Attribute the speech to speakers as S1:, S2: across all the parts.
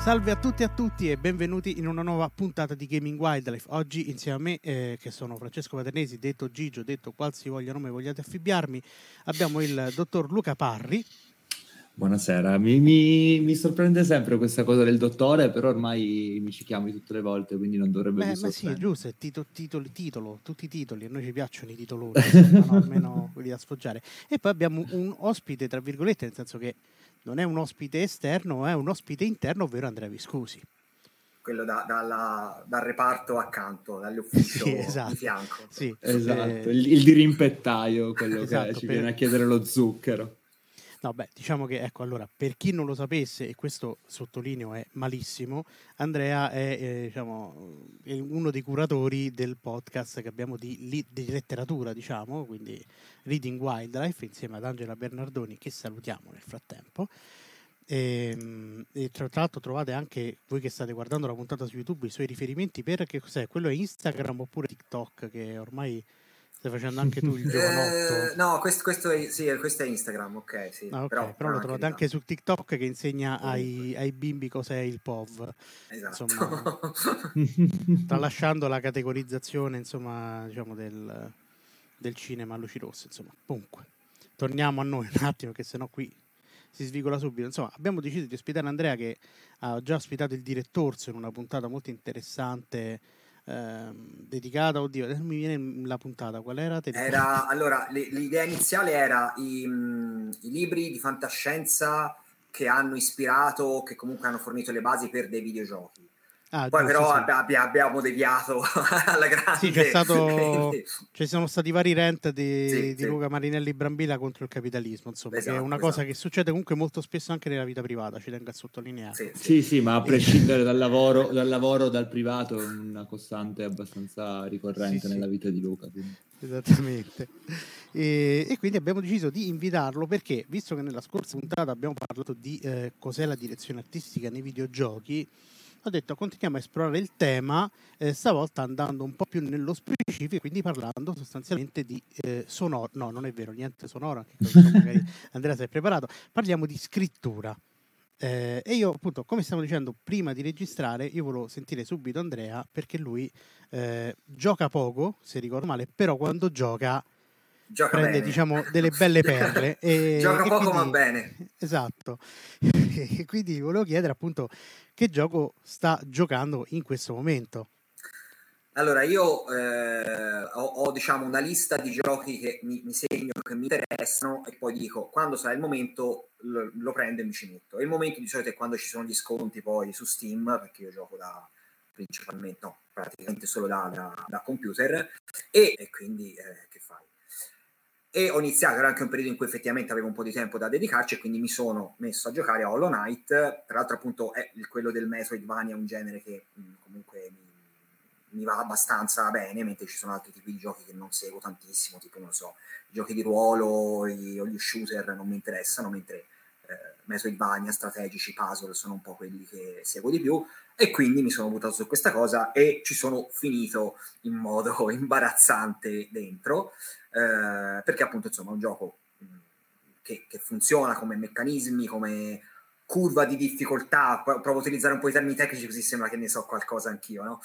S1: Salve a tutti e benvenuti in una nuova puntata di Gaming Wildlife. Oggi insieme a me, che sono Francesco Paternesi, detto Gigio, detto qualsivoglia nome vogliate affibbiarmi, abbiamo il dottor Luca Parri.
S2: Buonasera, mi sorprende sempre questa cosa del dottore, però ormai mi ci chiami tutte le volte, quindi non dovrebbe più
S1: Ma sì, è
S2: sorprendere.
S1: giusto, è titolo, tutti i titoli, a noi ci piacciono i titoloni, insomma, no? Almeno quelli da sfoggiare. E poi abbiamo un ospite, tra virgolette, nel senso che non è un ospite esterno, è un ospite interno, ovvero Andrea Viscusi.
S3: Quello dal reparto accanto, dall'ufficio
S1: Sì, esatto.
S3: di fianco.
S1: Sì.
S2: Esatto, il dirimpettaio, quello
S1: Esatto,
S2: che ci viene a chiedere lo zucchero.
S1: No, beh, diciamo che, ecco, allora, per chi non lo sapesse, e questo sottolineo è malissimo, Andrea è, diciamo, è uno dei curatori del podcast che abbiamo di letteratura, diciamo, quindi Reading Wildlife, insieme ad Angela Bernardoni, che salutiamo nel frattempo. E tra l'altro trovate anche, voi che state guardando la puntata su YouTube, i suoi riferimenti per, che cos'è, quello è Instagram oppure TikTok, che ormai stai facendo anche tu il giovanotto.
S3: No, questo è Instagram, ok, sì.
S1: Ah, ok, però lo trovate anche su TikTok, che insegna ai bimbi cos'è il POV.
S3: Esatto.
S1: Insomma, tralasciando la categorizzazione, insomma, diciamo del cinema a luci rosse, insomma. Comunque, torniamo a noi un attimo, che sennò qui si svicola subito. Insomma, abbiamo deciso di ospitare Andrea, che ha già ospitato il Direttorso in una puntata molto interessante, dedicata, oddio, adesso mi viene la puntata, qual era?
S3: Allora, l'idea iniziale era i libri di fantascienza che hanno ispirato, che comunque hanno fornito le basi per dei videogiochi.
S1: Ah,
S3: poi
S1: giusto,
S3: però
S1: sì.
S3: abbiamo deviato alla grande.
S1: Sì, ci sono stati vari rant di
S3: Sì.
S1: Luca Marinelli Brambilla contro il capitalismo, insomma,
S3: Esatto,
S1: che è una cosa che succede comunque molto spesso anche nella vita privata, ci tengo a sottolineare.
S2: Sì, ma a prescindere dal lavoro, dal privato, è una costante abbastanza ricorrente nella vita di Luca. Quindi.
S1: Esattamente. E quindi abbiamo deciso di invitarlo perché, visto che nella scorsa puntata abbiamo parlato di cos'è la direzione artistica nei videogiochi, ho detto continuiamo a esplorare il tema, stavolta andando un po' più nello specifico, quindi parlando sostanzialmente di sonoro. No, non è vero, niente sonoro, anche questo magari Andrea si è preparato. Parliamo di scrittura. E io, appunto, come stavo dicendo prima di registrare, io volevo sentire subito Andrea, perché lui gioca poco, se ricordo male, però quando gioca prende,
S3: bene.
S1: diciamo, delle belle perle.
S3: Gioca poco,
S1: quindi,
S3: ma bene.
S1: Esatto. E quindi volevo chiedere, appunto, che gioco sta giocando in questo momento.
S3: Allora, io ho diciamo una lista di giochi che mi segno, che mi interessano, e poi dico, quando sarà il momento lo prendo e mi ci metto. E il momento di solito è quando ci sono gli sconti poi su Steam, perché io gioco praticamente solo da computer, e quindi che fai? E ho iniziato, era anche un periodo in cui effettivamente avevo un po' di tempo da dedicarci, e quindi mi sono messo a giocare a Hollow Knight. Tra l'altro appunto è quello del Metroidvania, un genere che comunque mi va abbastanza bene, mentre ci sono altri tipi di giochi che non seguo tantissimo, tipo, non so, i giochi di ruolo o gli shooter non mi interessano, mentre Metroidvania, strategici, puzzle sono un po' quelli che seguo di più, e quindi mi sono buttato su questa cosa e ci sono finito in modo imbarazzante dentro, perché appunto insomma è un gioco che funziona come meccanismi, come curva di difficoltà. Provo a utilizzare un po' i termini tecnici così sembra che ne so qualcosa anch'io, no?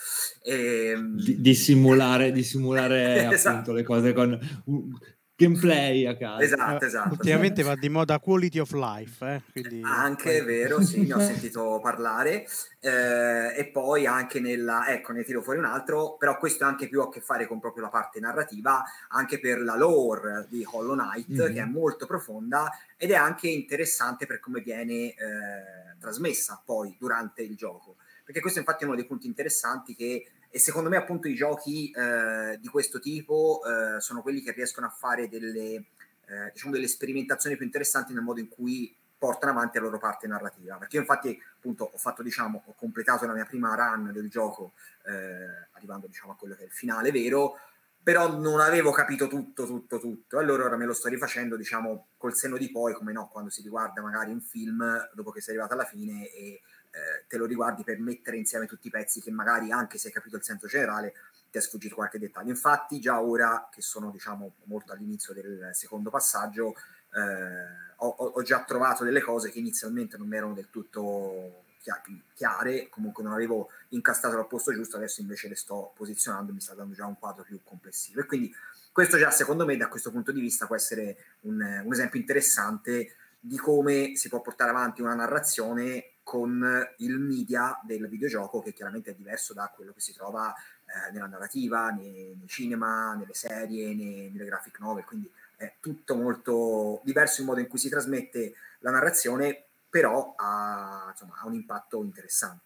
S2: Di simulare
S3: esatto.
S2: appunto le cose con gameplay a caso.
S3: Esatto.
S1: Ultimamente va di moda quality of life, quindi
S3: anche è vero, sì, ne ho sentito parlare, e poi anche ne tiro fuori un altro, però questo ha anche più a che fare con proprio la parte narrativa, anche per la lore di Hollow Knight, che è molto profonda ed è anche interessante per come viene trasmessa poi durante il gioco, perché questo infatti è uno dei punti interessanti, e secondo me appunto i giochi di questo tipo sono quelli che riescono a fare delle sperimentazioni più interessanti nel modo in cui portano avanti la loro parte narrativa. Perché io infatti appunto ho completato la mia prima run del gioco, arrivando diciamo a quello che è il finale vero, però non avevo capito tutto, allora ora me lo sto rifacendo diciamo col senno di poi, come no, quando si riguarda magari un film dopo che sei arrivato alla fine e te lo riguardi per mettere insieme tutti i pezzi che magari, anche se hai capito il senso generale, ti è sfuggito qualche dettaglio. Infatti già ora che sono diciamo molto all'inizio del secondo passaggio, ho già trovato delle cose che inizialmente non mi erano del tutto chiare, comunque non avevo incastrato al posto giusto, adesso invece le sto posizionando, mi sta dando già un quadro più complessivo, e quindi questo già secondo me da questo punto di vista può essere un esempio interessante di come si può portare avanti una narrazione con il media del videogioco, che chiaramente è diverso da quello che si trova nella narrativa, nei cinema, nelle serie, nelle graphic novel, quindi è tutto molto diverso il modo in cui si trasmette la narrazione, però ha un impatto interessante.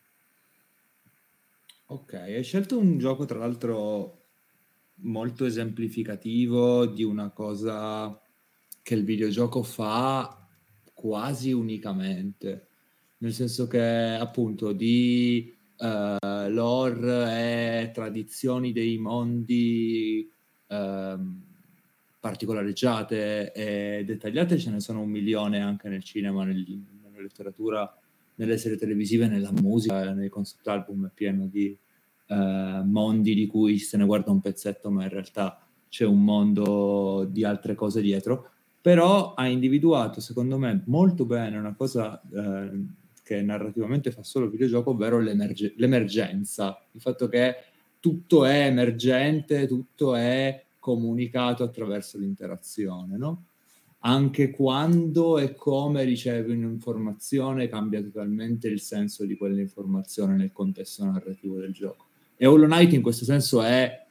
S2: Ok, hai scelto un gioco tra l'altro molto esemplificativo di una cosa che il videogioco fa quasi unicamente, nel senso che appunto di lore e tradizioni dei mondi particolareggiate e dettagliate ce ne sono 1.000.000 anche nel cinema, nella letteratura, nelle serie televisive, nella musica, nei concept album, è pieno di mondi di cui se ne guarda un pezzetto, ma in realtà c'è un mondo di altre cose dietro. Però ha individuato, secondo me, molto bene una cosa che narrativamente fa solo il videogioco, ovvero l'emergenza, il fatto che tutto è emergente, tutto è comunicato attraverso l'interazione, no? Anche quando e come ricevi un'informazione cambia totalmente il senso di quell'informazione nel contesto narrativo del gioco. E Hollow Knight in questo senso è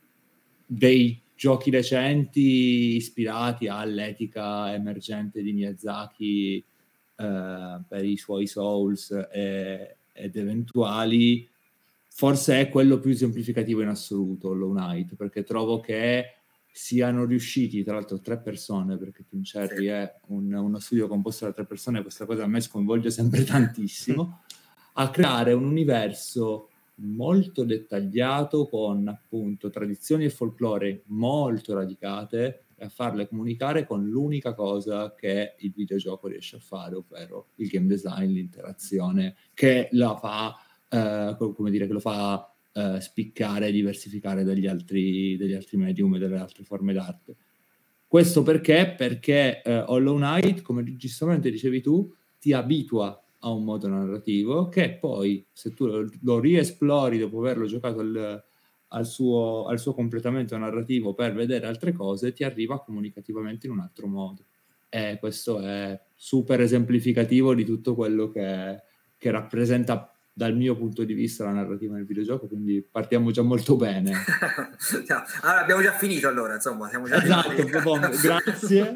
S2: dei giochi recenti ispirati all'etica emergente di Miyazaki per i suoi Souls ed eventuali. Forse è quello più esemplificativo in assoluto, Hollow Knight, perché trovo che siano riusciti, tra l'altro 3 persone, perché Team Cherry è uno studio composto da 3 persone, questa cosa a me sconvolge sempre tantissimo, a creare un universo molto dettagliato con appunto tradizioni e folklore molto radicate e a farle comunicare con l'unica cosa che il videogioco riesce a fare, ovvero il game design, l'interazione, che la fa come dire, che lo fa spiccare e diversificare dagli altri medium e dalle altre forme d'arte. Questo perché? Perché Hollow Knight, come giustamente dicevi tu, ti abitua a un modo narrativo che poi, se tu lo riesplori dopo averlo giocato al suo completamento narrativo per vedere altre cose, ti arriva comunicativamente in un altro modo. E questo è super esemplificativo di tutto quello che rappresenta dal mio punto di vista la narrativa nel videogioco, quindi partiamo già molto bene.
S3: Allora, abbiamo già finito, allora, insomma, siamo già
S2: arrivati. Grazie.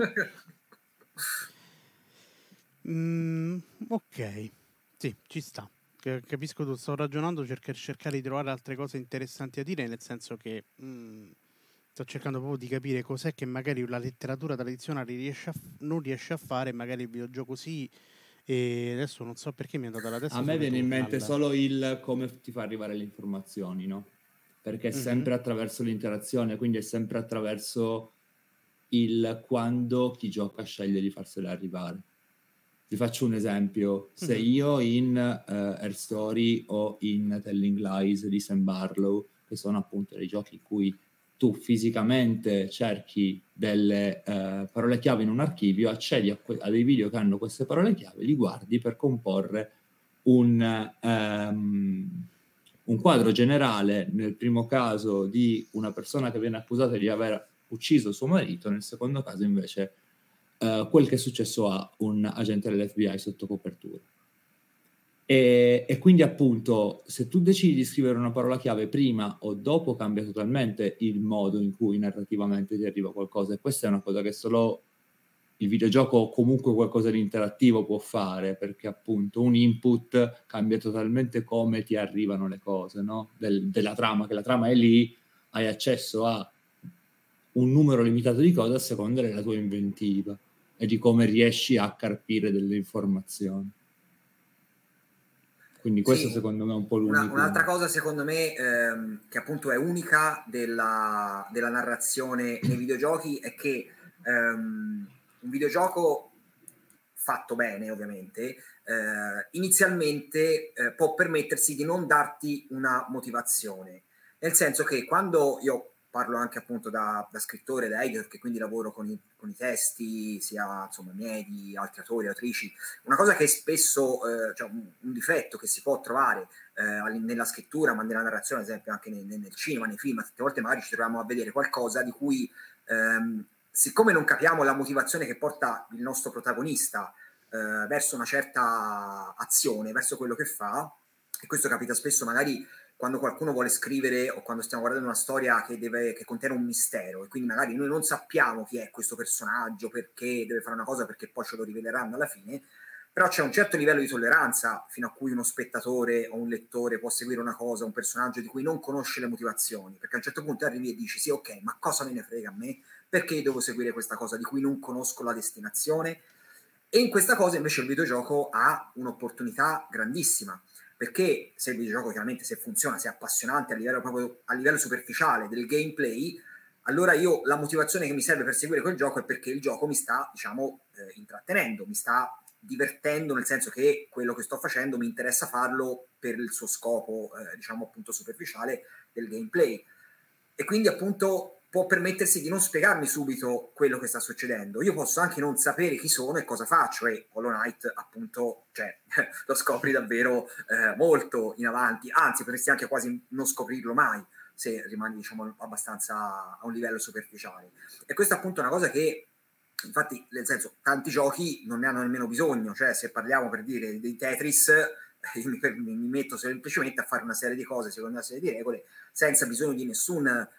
S1: Ok, sì, ci sta. Capisco, tu sto ragionando, cercare di trovare altre cose interessanti a dire, nel senso che sto cercando proprio di capire cos'è che magari la letteratura tradizionale non riesce a fare, magari il videogioco sì, e adesso non so perché mi è andata la testa.
S2: A me viene in mente solo il come ti fa arrivare le informazioni, no? Perché è sempre attraverso l'interazione, quindi è sempre attraverso il quando chi gioca sceglie di farsele arrivare. Vi faccio un esempio: se io in Her Story o in Telling Lies di Sam Barlow, che sono appunto dei giochi in cui tu fisicamente cerchi delle parole chiave in un archivio, accedi a dei video che hanno queste parole chiave, li guardi per comporre un quadro generale, nel primo caso di una persona che viene accusata di aver ucciso suo marito, nel secondo caso invece quel che è successo a un agente dell'FBI sotto copertura. E quindi appunto, se tu decidi di scrivere una parola chiave prima o dopo, cambia totalmente il modo in cui narrativamente ti arriva qualcosa, e questa è una cosa che solo il videogioco o comunque qualcosa di interattivo può fare, perché appunto un input cambia totalmente come ti arrivano le cose, no? Della trama, che la trama è lì, hai accesso a un numero limitato di cose a seconda della tua inventiva e di come riesci a carpire delle informazioni. Quindi questo secondo me è un po' l'unico.
S3: Un'altra cosa secondo me che appunto è unica della narrazione nei videogiochi è che un videogioco fatto bene ovviamente inizialmente può permettersi di non darti una motivazione, nel senso che quando io parlo anche appunto da scrittore, da editor, che quindi lavoro con i testi, sia insomma miei, di altri autori, autrici. Una cosa che spesso, cioè un difetto che si può trovare nella scrittura, ma nella narrazione, ad esempio anche nel cinema, nei film, tante volte magari ci troviamo a vedere qualcosa di cui, siccome non capiamo la motivazione che porta il nostro protagonista verso una certa azione, verso quello che fa, e questo capita spesso magari quando qualcuno vuole scrivere o quando stiamo guardando una storia che contiene un mistero, e quindi magari noi non sappiamo chi è questo personaggio, perché deve fare una cosa, perché poi ce lo riveleranno alla fine, però c'è un certo livello di tolleranza fino a cui uno spettatore o un lettore può seguire una cosa, un personaggio di cui non conosce le motivazioni, perché a un certo punto arrivi e dici sì, ok, ma cosa me ne frega a me? Perché devo seguire questa cosa di cui non conosco la destinazione? E in questa cosa invece il videogioco ha un'opportunità grandissima, perché se il videogioco chiaramente, se funziona, se è appassionante proprio a livello superficiale del gameplay, allora io la motivazione che mi serve per seguire quel gioco è perché il gioco mi sta, diciamo, intrattenendo, mi sta divertendo, nel senso che quello che sto facendo mi interessa farlo per il suo scopo, diciamo appunto superficiale del gameplay. E quindi appunto può permettersi di non spiegarmi subito quello che sta succedendo. Io posso anche non sapere chi sono e cosa faccio, e Hollow Knight appunto, cioè, lo scopri davvero molto in avanti, anzi potresti anche quasi non scoprirlo mai se rimani, diciamo, abbastanza a un livello superficiale. E questa è appunto una cosa che, infatti, nel senso, tanti giochi non ne hanno nemmeno bisogno, cioè se parliamo per dire dei Tetris, mi metto semplicemente a fare una serie di cose secondo una serie di regole senza bisogno di nessun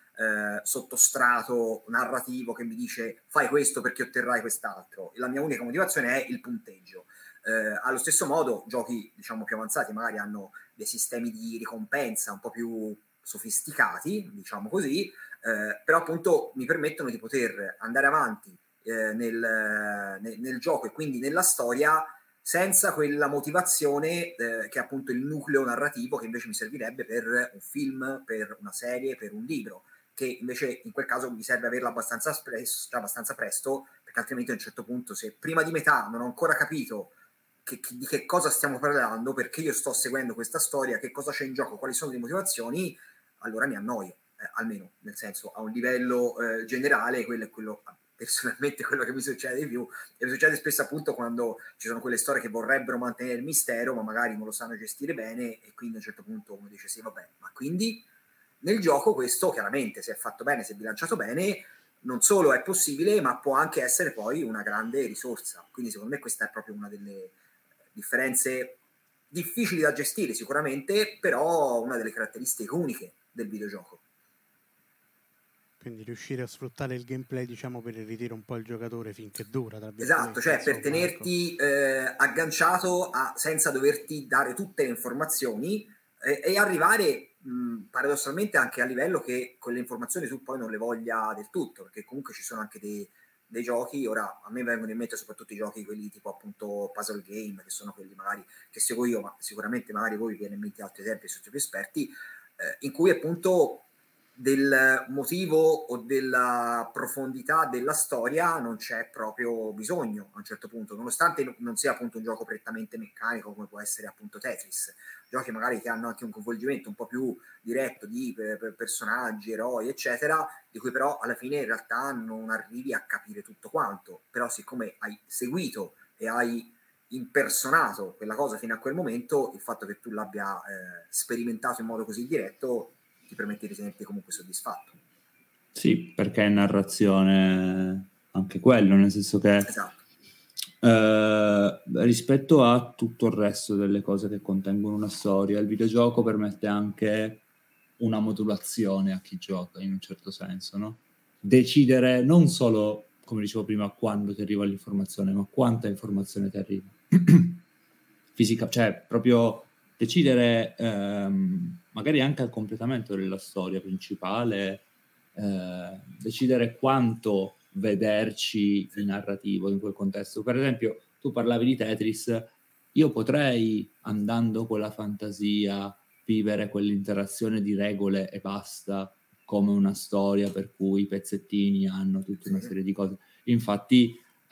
S3: sottostrato narrativo che mi dice fai questo perché otterrai quest'altro, e la mia unica motivazione è il punteggio. Allo stesso modo giochi, diciamo, più avanzati magari hanno dei sistemi di ricompensa un po' più sofisticati, diciamo così, però appunto mi permettono di poter andare avanti nel gioco e quindi nella storia senza quella motivazione che è appunto il nucleo narrativo che invece mi servirebbe per un film, per una serie, per un libro, che invece in quel caso mi serve averla abbastanza presto, perché altrimenti a un certo punto, se prima di metà non ho ancora capito di che cosa stiamo parlando, perché io sto seguendo questa storia, che cosa c'è in gioco, quali sono le motivazioni, allora mi annoio, almeno nel senso a un livello generale. Quello è quello, personalmente, quello che mi succede di più, e mi succede spesso appunto quando ci sono quelle storie che vorrebbero mantenere il mistero ma magari non lo sanno gestire bene, e quindi a un certo punto uno dice sì vabbè, ma quindi nel gioco questo chiaramente, se è fatto bene, se è bilanciato bene, non solo è possibile ma può anche essere poi una grande risorsa. Quindi secondo me questa è proprio una delle differenze difficili da gestire sicuramente, però una delle caratteristiche uniche del videogioco.
S1: Quindi riuscire a sfruttare il gameplay, diciamo, per irritare un po' il giocatore finché dura.
S3: Esatto, cioè per tenerti agganciato senza doverti dare tutte le informazioni e arrivare paradossalmente anche a livello che quelle informazioni tu poi non le voglia del tutto, perché comunque ci sono anche dei giochi, ora a me vengono in mente soprattutto i giochi quelli tipo appunto puzzle game, che sono quelli magari che seguo io, ma sicuramente magari voi vi viene in mente altri esempi, siete più esperti, in cui appunto del motivo o della profondità della storia non c'è proprio bisogno a un certo punto, nonostante non sia appunto un gioco prettamente meccanico come può essere appunto Tetris, giochi magari che hanno anche un coinvolgimento un po' più diretto di personaggi, eroi eccetera, di cui però alla fine in realtà non arrivi a capire tutto quanto, però siccome hai seguito e hai impersonato quella cosa fino a quel momento, il fatto che tu l'abbia sperimentato in modo così diretto ti permette di tenerti comunque soddisfatto.
S2: Sì, perché è narrazione anche quello, nel senso che
S3: esatto.
S2: Rispetto a tutto il resto delle cose che contengono una storia, il videogioco permette anche una modulazione a chi gioca, in un certo senso, no? Decidere non solo, come dicevo prima, quando ti arriva l'informazione, ma quanta informazione ti arriva. Fisica, cioè proprio decidere magari anche al completamento della storia principale, decidere quanto vederci di narrativo in quel contesto. Per esempio, tu parlavi di Tetris, io potrei, andando con la fantasia, vivere quell'interazione di regole e basta, come una storia per cui i pezzettini hanno tutta una serie di cose. Infatti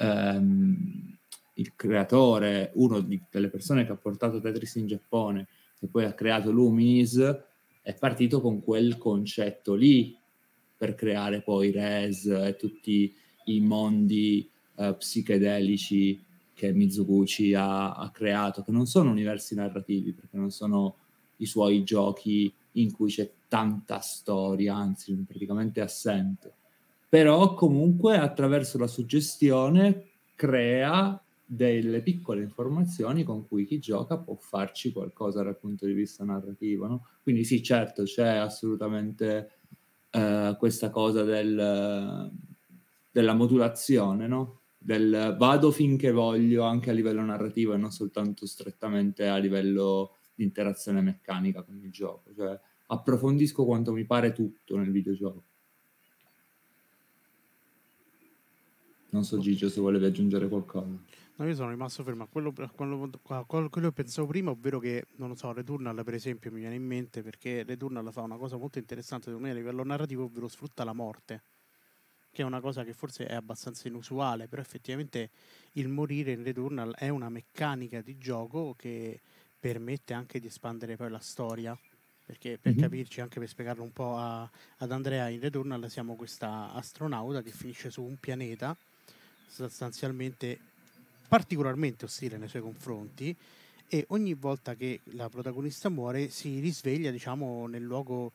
S2: il creatore, delle persone che ha portato Tetris in Giappone, che poi ha creato Luminis, è partito con quel concetto lì, per creare poi Res e tutti i mondi psichedelici che Mizoguchi ha creato, che non sono universi narrativi, perché non sono i suoi giochi in cui c'è tanta storia, anzi praticamente assente, però comunque attraverso la suggestione crea delle piccole informazioni con cui chi gioca può farci qualcosa dal punto di vista narrativo, no? Quindi sì, certo, c'è assolutamente questa cosa della modulazione, no? Del vado finché voglio anche a livello narrativo e non soltanto strettamente a livello di interazione meccanica con il gioco, cioè approfondisco quanto mi pare tutto nel videogioco. Non so Gigio se volevi aggiungere qualcosa.
S1: No, io sono rimasto fermo a quello che pensavo prima, ovvero che, non lo so, Returnal per esempio mi viene in mente perché Returnal fa una cosa molto interessante secondo me a livello narrativo, ovvero sfrutta la morte, che è una cosa che forse è abbastanza inusuale, però effettivamente il morire in Returnal è una meccanica di gioco che permette anche di espandere poi la storia, perché per capirci, anche per spiegarlo un po' ad Andrea, in Returnal siamo questa astronauta che finisce su un pianeta sostanzialmente particolarmente ostile nei suoi confronti, e ogni volta che la protagonista muore si risveglia, diciamo, nel luogo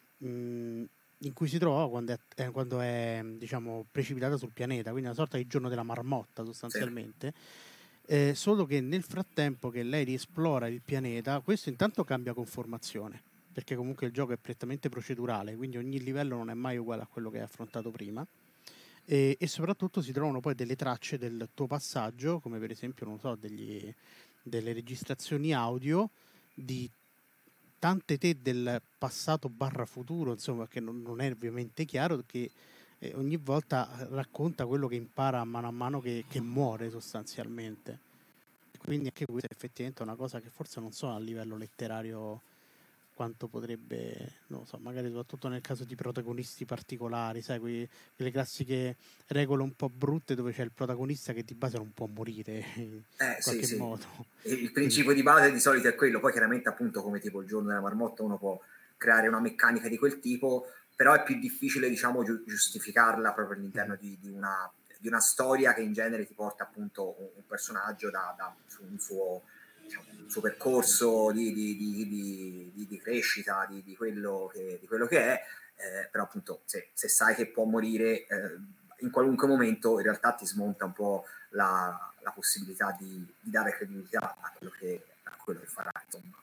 S1: in cui si trovava quando è diciamo precipitata sul pianeta, quindi una sorta di giorno della marmotta sostanzialmente. Solo che nel frattempo che lei riesplora il pianeta, questo intanto cambia conformazione, perché comunque il gioco è prettamente procedurale, quindi ogni livello non è mai uguale a quello che hai affrontato prima. E soprattutto si trovano poi delle tracce del tuo passaggio, come per esempio, non so, delle registrazioni audio di tante te del passato barra futuro, insomma, che non è ovviamente chiaro, che ogni volta racconta quello che impara a mano che muore sostanzialmente. Quindi anche questa è effettivamente una cosa che forse non so a livello letterario quanto potrebbe, non lo so, magari soprattutto nel caso di protagonisti particolari, sai, quelle classiche regole un po' brutte dove c'è il protagonista che di base non può morire in qualche modo.
S3: Il principio di base di solito è quello, poi chiaramente appunto come tipo il giorno della marmotta uno può creare una meccanica di quel tipo, però è più difficile, diciamo, giustificarla proprio all'interno di una storia che in genere ti porta appunto un personaggio su un suo percorso di crescita, di quello che è, però appunto se sai che può morire in qualunque momento, in realtà ti smonta un po' la possibilità di dare credibilità a quello che farà, insomma.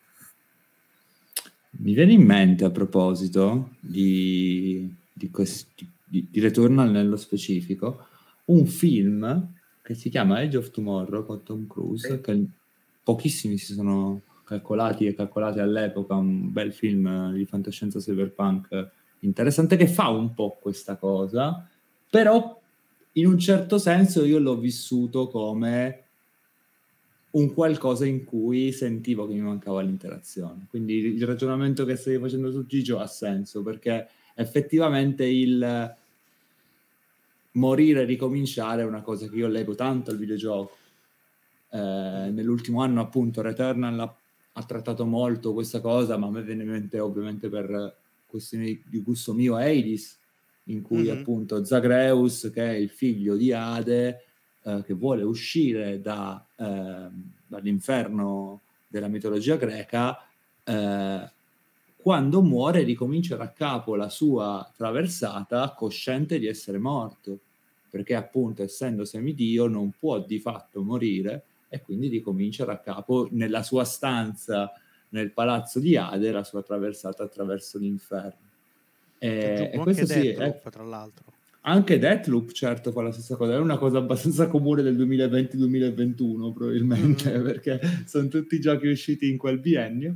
S2: Mi viene in mente, a proposito di Returnal nello specifico, un film che si chiama Edge of Tomorrow con Tom Cruise, che pochissimi si sono calcolati e calcolate all'epoca, un bel film di fantascienza cyberpunk interessante che fa un po' questa cosa, però in un certo senso io l'ho vissuto come un qualcosa in cui sentivo che mi mancava l'interazione. Quindi il ragionamento che stai facendo su Gigio ha senso, perché effettivamente il morire e ricominciare è una cosa che io leggo tanto al videogioco. Nell'ultimo anno appunto Returnal ha trattato molto questa cosa, ma a me viene in mente ovviamente per questioni di gusto mio Hades, in cui appunto Zagreus, che è il figlio di Ade, che vuole uscire dall'inferno della mitologia greca, quando muore ricomincia da capo la sua traversata cosciente di essere morto, perché appunto essendo semidio non può di fatto morire e quindi ricomincia da capo nella sua stanza nel palazzo di Ade la sua traversata attraverso l'inferno. E questo sì,
S1: tra l'altro.
S2: Anche Deathloop certo fa la stessa cosa, è una cosa abbastanza comune del 2020-2021 probabilmente, perché sono tutti giochi usciti in quel biennio.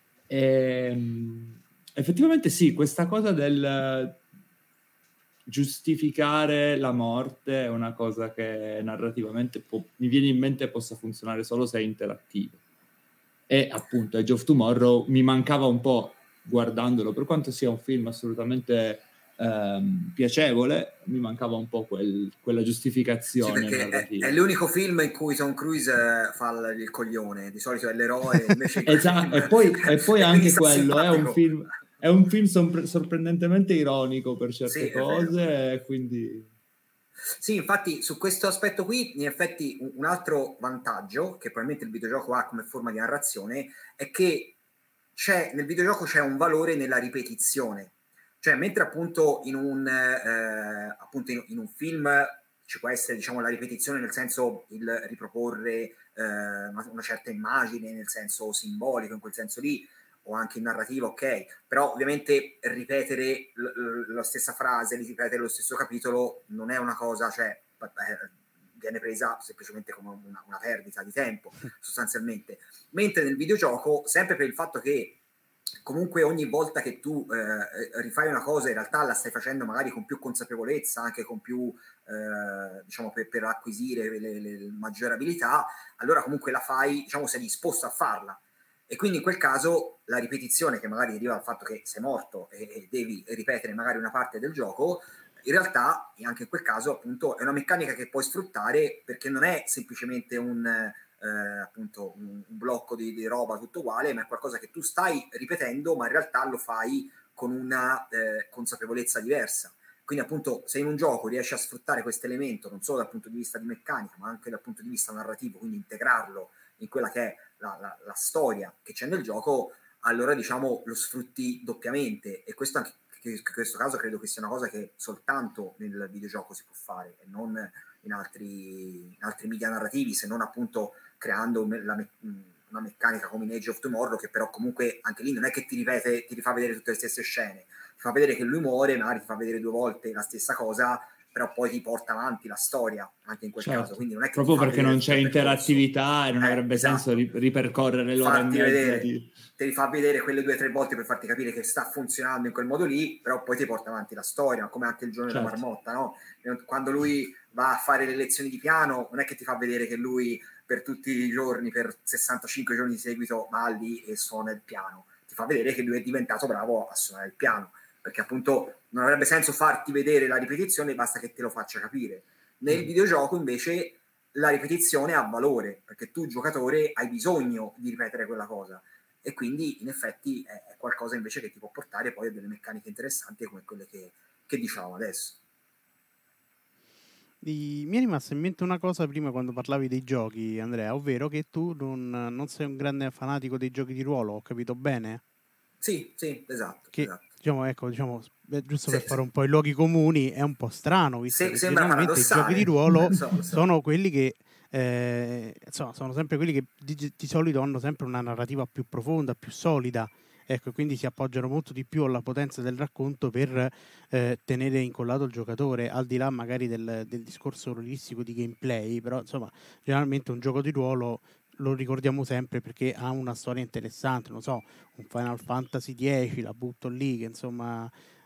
S2: Effettivamente sì, questa cosa del giustificare la morte è una cosa che narrativamente mi viene in mente possa funzionare solo se è interattivo. E appunto Edge of Tomorrow mi mancava un po' guardandolo, per quanto sia un film assolutamente piacevole, mi mancava un po' quella giustificazione narrativa.
S3: È l'unico film in cui Tom Cruise fa il coglione, di solito è l'eroe invece
S2: esatto, e poi anche quello simpatico. è un film sorprendentemente ironico per certe
S3: Sì,
S2: cose, quindi...
S3: Sì, infatti su questo aspetto qui, in effetti un altro vantaggio che probabilmente il videogioco ha come forma di narrazione è che nel videogioco c'è un valore nella ripetizione. Cioè, mentre appunto in un film ci può essere, diciamo, la ripetizione nel senso il riproporre una certa immagine, nel senso simbolico, in quel senso lì, o anche in narrativa, ok, però ovviamente ripetere la stessa frase, ripetere lo stesso capitolo non è una cosa, cioè viene presa semplicemente come una perdita di tempo, sostanzialmente. Mentre nel videogioco, sempre per il fatto che comunque ogni volta che tu rifai una cosa, in realtà la stai facendo magari con più consapevolezza, anche con più, diciamo, per acquisire le maggiori abilità, allora comunque la fai, diciamo, sei disposto a farla. E quindi in quel caso la ripetizione, che magari deriva dal fatto che sei morto e devi ripetere magari una parte del gioco, in realtà anche in quel caso appunto è una meccanica che puoi sfruttare, perché non è semplicemente appunto un blocco di roba tutto uguale, ma è qualcosa che tu stai ripetendo, ma in realtà lo fai con una consapevolezza diversa. Quindi appunto se in un gioco riesci a sfruttare questo elemento non solo dal punto di vista di meccanica, ma anche dal punto di vista narrativo, quindi integrarlo in quella che è la storia che c'è nel gioco, allora diciamo lo sfrutti doppiamente. E questo anche in questo caso credo che sia una cosa che soltanto nel videogioco si può fare e non in altri media narrativi, se non appunto creando una meccanica come in Age of Tomorrow, che però comunque anche lì non è che ti rifà vedere tutte le stesse scene, ti fa vedere che lui muore, magari ti fa vedere 2 volte la stessa cosa, però poi ti porta avanti la storia anche in quel caso, quindi non è che
S2: proprio
S3: ti fa
S2: perché
S3: vedere
S2: non c'è
S3: tutto il percorso.
S2: interattività e non avrebbe senso ripercorrere l'ora e mezza
S3: te li fa vedere quelle 2 o 3 volte per farti capire che sta funzionando in quel modo lì, però poi ti porta avanti la storia, come anche il giorno della marmotta, no? Quando lui va a fare le lezioni di piano, non è che ti fa vedere che lui per tutti i giorni, per 65 giorni di seguito va lì e suona il piano, ti fa vedere che lui è diventato bravo a suonare il piano, perché appunto non avrebbe senso farti vedere la ripetizione, basta che te lo faccia capire. Nel videogioco invece la ripetizione ha valore, perché tu giocatore hai bisogno di ripetere quella cosa, e quindi in effetti è qualcosa invece che ti può portare poi a delle meccaniche interessanti come quelle che diciamo adesso.
S1: Mi è rimasta in mente una cosa prima quando parlavi dei giochi, Andrea, ovvero che tu non sei un grande fanatico dei giochi di ruolo, ho capito bene?
S3: Sì, esatto.
S1: Che,
S3: esatto.
S1: Diciamo, giusto per fare un po' i luoghi comuni, è un po' strano, visto che generalmente i giochi di ruolo sono quelli che sono sempre quelli che di solito hanno sempre una narrativa più profonda, più solida. Ecco, quindi si appoggiano molto di più alla potenza del racconto per tenere incollato il giocatore, al di là magari del discorso ruolistico di gameplay, però insomma, generalmente un gioco di ruolo lo ricordiamo sempre perché ha una storia interessante, non so, un Final Fantasy X, la butto lì, che insomma,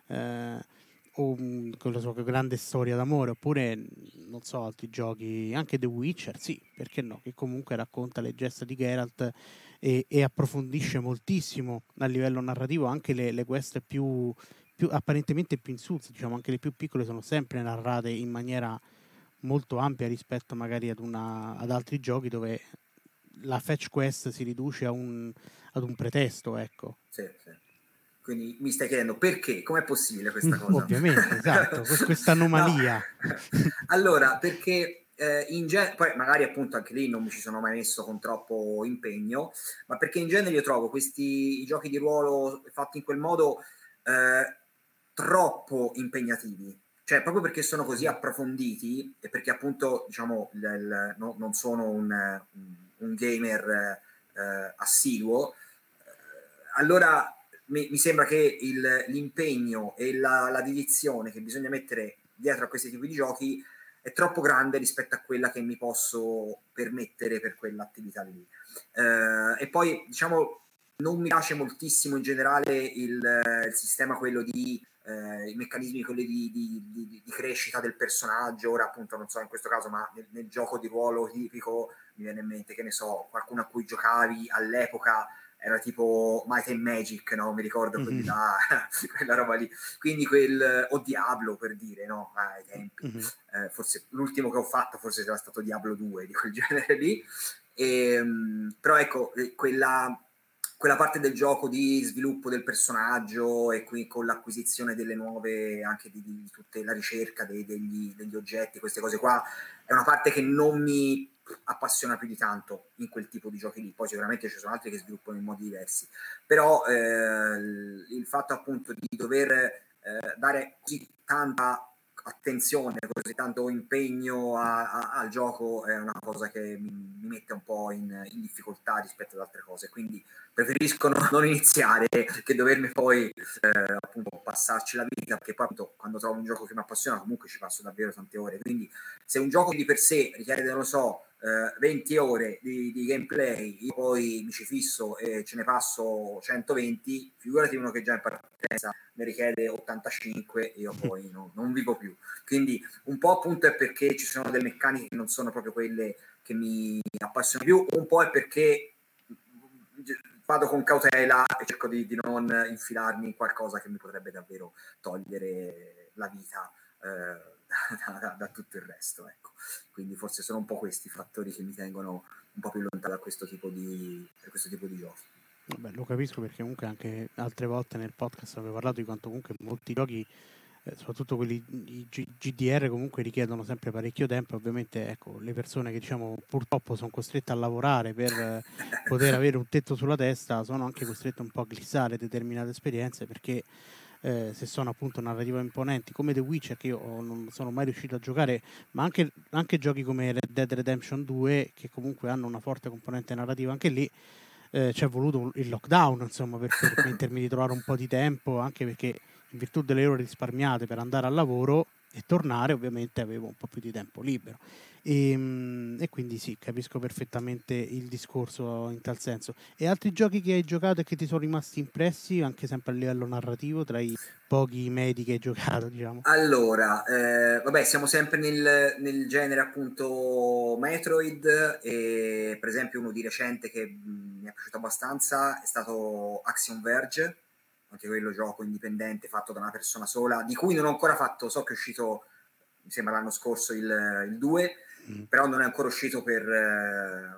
S1: con la sua grande storia d'amore, oppure, non so, altri giochi, anche The Witcher, sì, perché no, che comunque racconta le gesta di Geralt e approfondisce moltissimo a livello narrativo anche le quest più apparentemente più insulse, diciamo, anche le più piccole sono sempre narrate in maniera molto ampia rispetto magari ad altri giochi dove la fetch quest si riduce ad un pretesto, ecco.
S3: Sì. Quindi mi stai chiedendo perché? Com'è possibile questa cosa?
S1: Ovviamente, esatto, questa anomalia.
S3: No. Allora, perché poi magari appunto anche lì non mi ci sono mai messo con troppo impegno, ma perché in genere io trovo i giochi di ruolo fatti in quel modo troppo impegnativi. Cioè, proprio perché sono così approfonditi e perché appunto, diciamo, non sono un gamer assiduo, allora mi sembra che l'impegno e la dedizione che bisogna mettere dietro a questi tipi di giochi è troppo grande rispetto a quella che mi posso permettere per quell'attività lì. E poi, diciamo, non mi piace moltissimo in generale il sistema quello i meccanismi quelli di crescita del personaggio. Ora appunto non so in questo caso, ma nel gioco di ruolo tipico mi viene in mente, che ne so, qualcuno a cui giocavi all'epoca era tipo Might and Magic, no? Mi ricordo quelli là, quella roba lì. Quindi o Diablo, per dire, no? Ai tempi. Forse l'ultimo che ho fatto forse era stato Diablo 2, di quel genere lì. Però ecco, quella quella parte del gioco di sviluppo del personaggio e qui con l'acquisizione delle nuove, anche di tutta la ricerca degli oggetti, queste cose qua, è una parte che non mi appassiona più di tanto in quel tipo di giochi lì. Poi sicuramente ci sono altri che sviluppano in modi diversi, però il fatto appunto di dover dare così tanta attenzione, così tanto impegno al gioco è una cosa che mi mette un po' in difficoltà rispetto ad altre cose, quindi preferisco non iniziare che dovermi poi appunto passarci la vita, perché poi appunto, quando trovo un gioco che mi appassiona comunque ci passo davvero tante ore, quindi se un gioco di per sé richiede, non lo so, 20 ore di gameplay, io poi mi ci fisso e ce ne passo 120, figurati uno che già in partenza ne richiede 85, io poi non vivo più. Quindi un po' appunto è perché ci sono delle meccaniche che non sono proprio quelle che mi appassionano più, un po' è perché vado con cautela e cerco di non infilarmi in qualcosa che mi potrebbe davvero togliere la vita da tutto il resto, ecco. Quindi forse sono un po' questi i fattori che mi tengono un po' più lontano da questo tipo di giochi.
S1: Vabbè, lo capisco, perché comunque anche altre volte nel podcast avevo parlato di quanto comunque molti giochi, soprattutto quelli i GDR, comunque richiedono sempre parecchio tempo. Ovviamente, ecco, le persone che diciamo purtroppo sono costrette a lavorare per poter avere un tetto sulla testa sono anche costrette un po' a glissare determinate esperienze, perché se sono appunto narrative imponenti come The Witcher, che io non sono mai riuscito a giocare, ma anche giochi come Red Dead Redemption 2, che comunque hanno una forte componente narrativa, anche lì ci è voluto il lockdown, insomma, per permettermi di trovare un po' di tempo, anche perché in virtù delle ore risparmiate per andare al lavoro e tornare, ovviamente avevo un po' più di tempo libero. E quindi sì, capisco perfettamente il discorso in tal senso. E altri giochi che hai giocato e che ti sono rimasti impressi, anche sempre a livello narrativo, tra i pochi medi che hai giocato, diciamo?
S3: Allora, vabbè, siamo sempre nel genere appunto Metroid, e per esempio uno di recente che mi è piaciuto abbastanza è stato Axiom Verge, anche quello gioco indipendente fatto da una persona sola, di cui non ho ancora fatto, so che è uscito, mi sembra l'anno scorso il 2, però non è ancora uscito per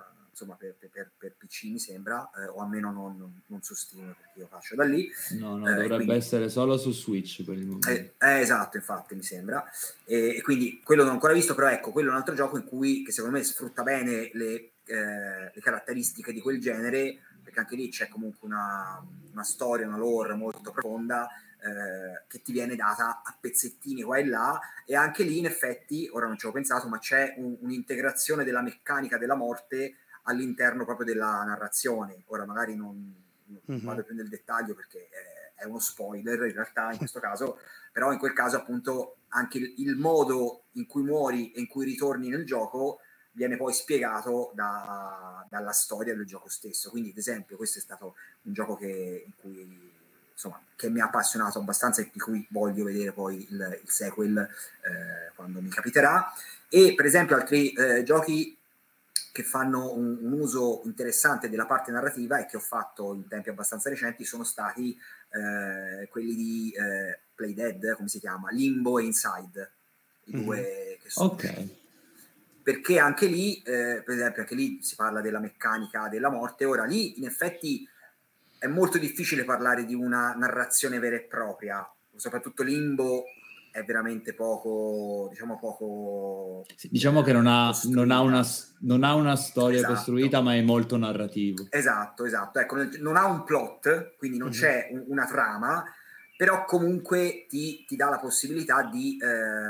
S3: PC, mi sembra, o almeno non su Steam, perché io faccio da lì.
S2: No, dovrebbe
S3: quindi
S2: essere solo su Switch per il momento.
S3: Esatto, infatti mi sembra, e quindi quello non ho ancora visto, però ecco, quello è un altro gioco che secondo me sfrutta bene le caratteristiche di quel genere, perché anche lì c'è comunque una storia, una lore molto profonda, che ti viene data a pezzettini qua e là, e anche lì in effetti, ora non ci ho pensato, ma c'è un'integrazione della meccanica della morte all'interno proprio della narrazione. Ora magari non vado più nel dettaglio perché è uno spoiler in realtà in questo caso, però in quel caso appunto anche il modo in cui muori e in cui ritorni nel gioco viene poi spiegato dalla storia del gioco stesso. Quindi ad esempio questo è stato un gioco in cui insomma, che mi ha appassionato abbastanza e di cui voglio vedere poi il sequel quando mi capiterà. E per esempio altri giochi che fanno un uso interessante della parte narrativa e che ho fatto in tempi abbastanza recenti sono stati quelli di Playdead, come si chiama? Limbo e Inside, i due che sono usciti. Perché anche lì, per esempio, anche lì si parla della meccanica della morte. Ora lì in effetti è molto difficile parlare di una narrazione vera e propria, soprattutto Limbo è veramente poco, diciamo poco.
S2: Sì, diciamo che non ha una storia costruita, ma è molto narrativo.
S3: Esatto. Ecco, non ha un plot, quindi non c'è una trama, però comunque ti dà la possibilità di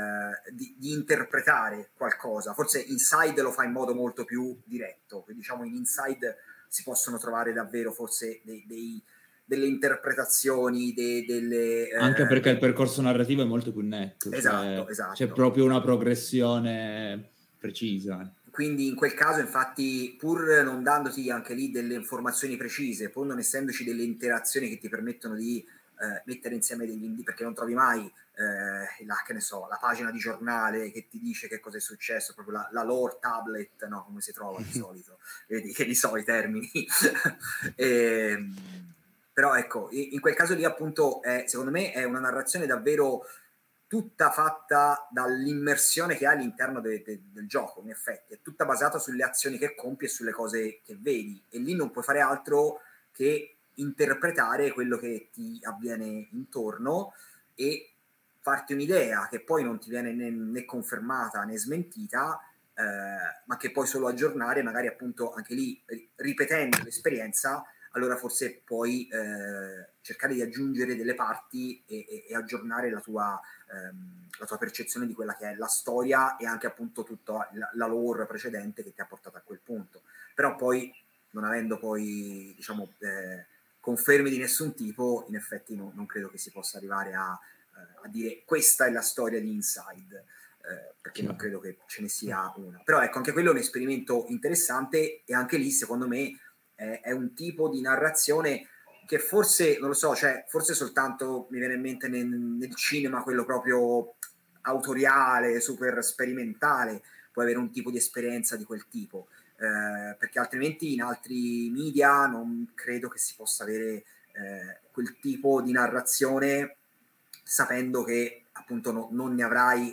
S3: interpretare qualcosa. Forse Inside lo fa in modo molto più diretto, diciamo in Inside si possono trovare davvero forse delle interpretazioni,
S2: anche perché il percorso narrativo è molto più netto,
S3: esatto.
S2: C'è proprio una progressione precisa.
S3: Quindi in quel caso infatti, pur non dandoti anche lì delle informazioni precise, pur non essendoci delle interazioni che ti permettono di mettere insieme degli indizi, perché non trovi mai che ne so, la pagina di giornale che ti dice che cosa è successo, proprio la lore tablet, no, come si trova di solito, vedi che li so i termini. Però ecco, in quel caso lì appunto secondo me è una narrazione davvero tutta fatta dall'immersione che ha all'interno del gioco. In effetti è tutta basata sulle azioni che compi e sulle cose che vedi, e lì non puoi fare altro che interpretare quello che ti avviene intorno e farti un'idea che poi non ti viene né confermata né smentita, ma che puoi solo aggiornare, magari appunto anche lì ripetendo l'esperienza, allora forse puoi cercare di aggiungere delle parti e aggiornare la tua percezione di quella che è la storia e anche appunto tutta la lore precedente che ti ha portato a quel punto. Però poi, non avendo poi, diciamo, confermi di nessun tipo, in effetti non credo che si possa arrivare a dire questa è la storia di Inside, perché non credo che ce ne sia una. Però ecco, anche quello è un esperimento interessante e anche lì, secondo me, è un tipo di narrazione che forse, non lo so, cioè forse soltanto mi viene in mente nel cinema, quello proprio autoriale, super sperimentale, può avere un tipo di esperienza di quel tipo, perché altrimenti in altri media non credo che si possa avere quel tipo di narrazione sapendo che appunto non ne avrai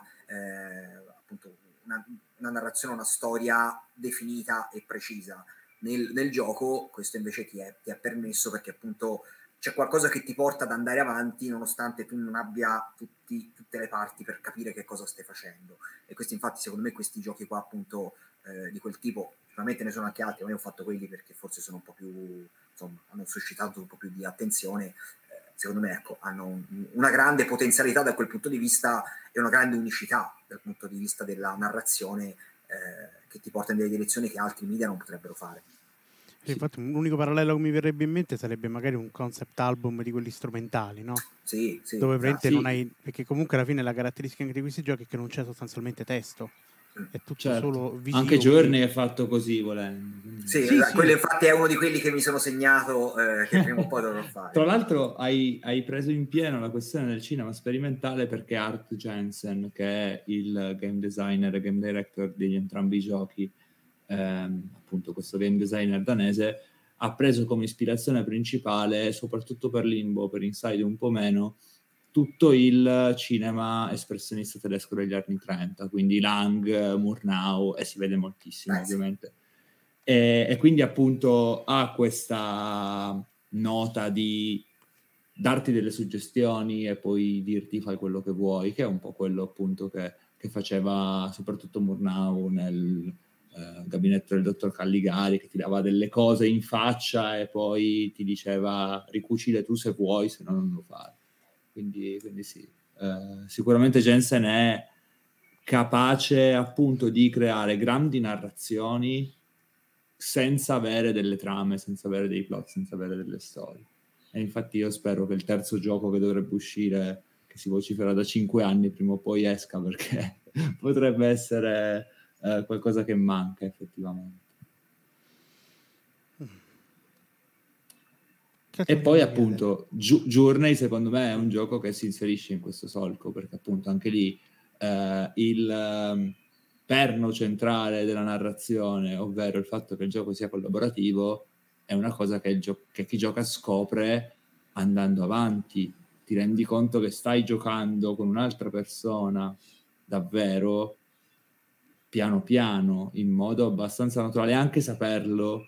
S3: appunto una narrazione, una storia definita e precisa. Nel gioco questo invece ti è permesso perché appunto c'è qualcosa che ti porta ad andare avanti nonostante tu non abbia tutte le parti per capire che cosa stai facendo. E questi infatti secondo me questi giochi qua appunto di quel tipo, sicuramente ne sono anche altri, ma io ho fatto quelli perché forse sono un po' più, insomma, hanno suscitato un po' più di attenzione. Secondo me ecco, hanno una grande potenzialità da quel punto di vista e una grande unicità dal punto di vista della narrazione che ti porta in delle direzioni che altri media non potrebbero fare.
S1: Sì. Infatti l'unico parallelo che mi verrebbe in mente sarebbe magari un concept album di quelli strumentali, no?
S3: Sì,
S1: Dove veramente
S3: sì.
S1: non hai, perché comunque alla fine la caratteristica anche di questi giochi è che non c'è sostanzialmente testo, è tutto solo visivo.
S2: Anche Journey è fatto così, volendo.
S3: Sì,
S1: sì,
S3: quello
S1: sì.
S3: infatti è uno di quelli che mi sono segnato che prima o poi dovrò fare.
S2: Tra l'altro hai preso in pieno la questione del cinema sperimentale perché Art Jensen, che è il game designer e game director di entrambi i giochi, appunto questo game designer danese, ha preso come ispirazione principale, soprattutto per Limbo, per Inside un po' meno, tutto il cinema espressionista tedesco degli anni 30, quindi Lang, Murnau, e si vede moltissimo ovviamente. E quindi appunto ha questa nota di darti delle suggestioni e poi dirti fai quello che vuoi, che è un po' quello appunto che faceva soprattutto Murnau nel gabinetto del dottor Calligari, che ti dava delle cose in faccia e poi ti diceva ricucile tu se vuoi, se no non lo fai. Quindi sì, sicuramente Jensen è capace appunto di creare grandi narrazioni senza avere delle trame, senza avere dei plot, senza avere delle storie. E infatti io spero che il terzo gioco che dovrebbe uscire, che si vocifera da 5 anni, prima o poi esca, perché potrebbe essere qualcosa che manca effettivamente. E poi appunto Journey secondo me è un gioco che si inserisce in questo solco, perché appunto anche lì il perno centrale della narrazione, ovvero il fatto che il gioco sia collaborativo, è una cosa che chi gioca scopre andando avanti. Ti rendi conto che stai giocando con un'altra persona davvero piano piano, in modo abbastanza naturale, anche saperlo.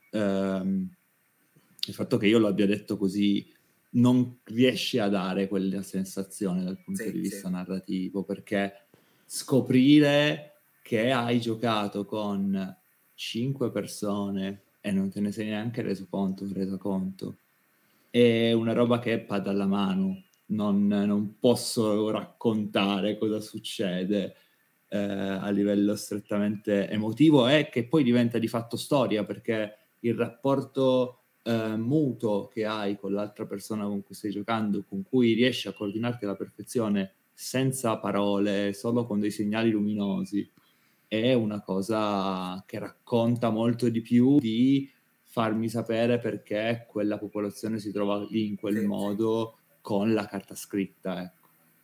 S2: Il fatto che io lo abbia detto così non riesce a dare quella sensazione dal punto di vista narrativo, perché scoprire che hai giocato con 5 persone e non te ne sei neanche reso conto è una roba che va dalla mano. Non posso raccontare cosa succede a livello strettamente emotivo e che poi diventa di fatto storia, perché il rapporto mutuo che hai con l'altra persona con cui stai giocando, con cui riesci a coordinarti alla perfezione senza parole, solo con dei segnali luminosi, è una cosa che racconta molto di più di farmi sapere perché quella popolazione si trova lì in quel modo con la carta scritta, ecco.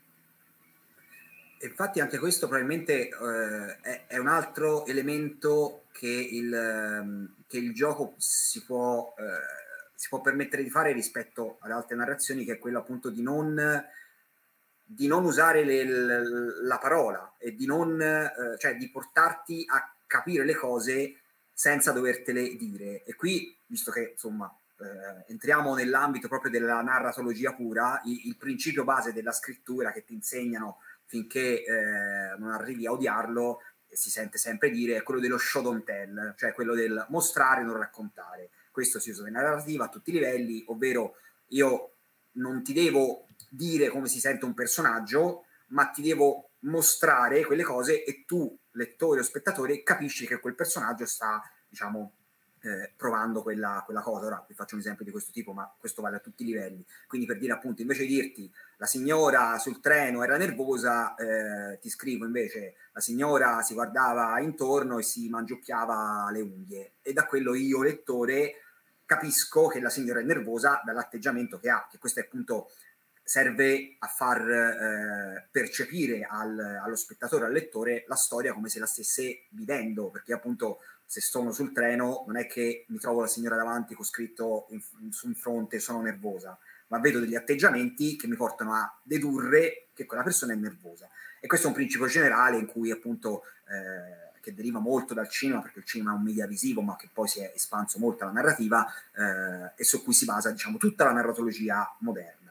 S3: Infatti anche questo probabilmente è un altro elemento che il gioco si può permettere di fare rispetto ad altre narrazioni, che è quello appunto di non usare la parola e di cioè di portarti a capire le cose senza dovertele dire. E qui, visto che insomma entriamo nell'ambito proprio della narratologia pura, il principio base della scrittura che ti insegnano finché non arrivi a odiarlo, si sente sempre dire, è quello dello show don't tell, cioè quello del mostrare e non raccontare. Questo si usa in narrativa a tutti i livelli, ovvero io non ti devo dire come si sente un personaggio, ma ti devo mostrare quelle cose e tu, lettore o spettatore, capisci che quel personaggio sta, diciamo, provando quella cosa. Ora vi faccio un esempio di questo tipo, ma questo vale a tutti i livelli. Quindi per dire appunto, invece di dirti la signora sul treno era nervosa, ti scrivo invece la signora si guardava intorno e si mangiucchiava le unghie, e da quello io lettore capisco che la signora è nervosa dall'atteggiamento che ha, che questo è appunto serve a far percepire allo spettatore, al lettore, la storia come se la stesse vivendo, perché appunto se sono sul treno non è che mi trovo la signora davanti con scritto in fronte sono nervosa, ma vedo degli atteggiamenti che mi portano a dedurre che quella persona è nervosa. E questo è un principio generale in cui appunto che deriva molto dal cinema, perché il cinema è un media visivo ma che poi si è espanso molto alla narrativa, e su cui si basa, diciamo, tutta la narratologia moderna.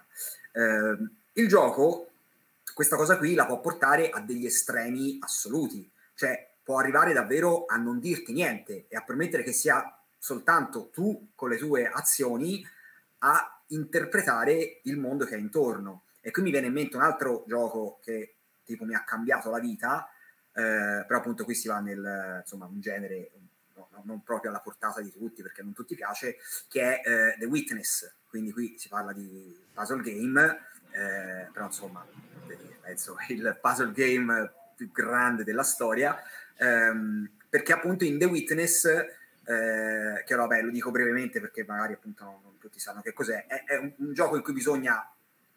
S3: Il gioco questa cosa qui la può portare a degli estremi assoluti, cioè può arrivare davvero a non dirti niente e a permettere che sia soltanto tu con le tue azioni a interpretare il mondo che è intorno. E qui mi viene in mente un altro gioco che tipo mi ha cambiato la vita, però appunto qui si va nel, insomma, un genere non proprio alla portata di tutti, perché non tutti piace, che è The Witness. Quindi qui si parla di puzzle game, però insomma penso il puzzle game più grande della storia, perché appunto in The Witness, che vabbè lo dico brevemente perché magari appunto non tutti sanno che cos'è, è un gioco in cui bisogna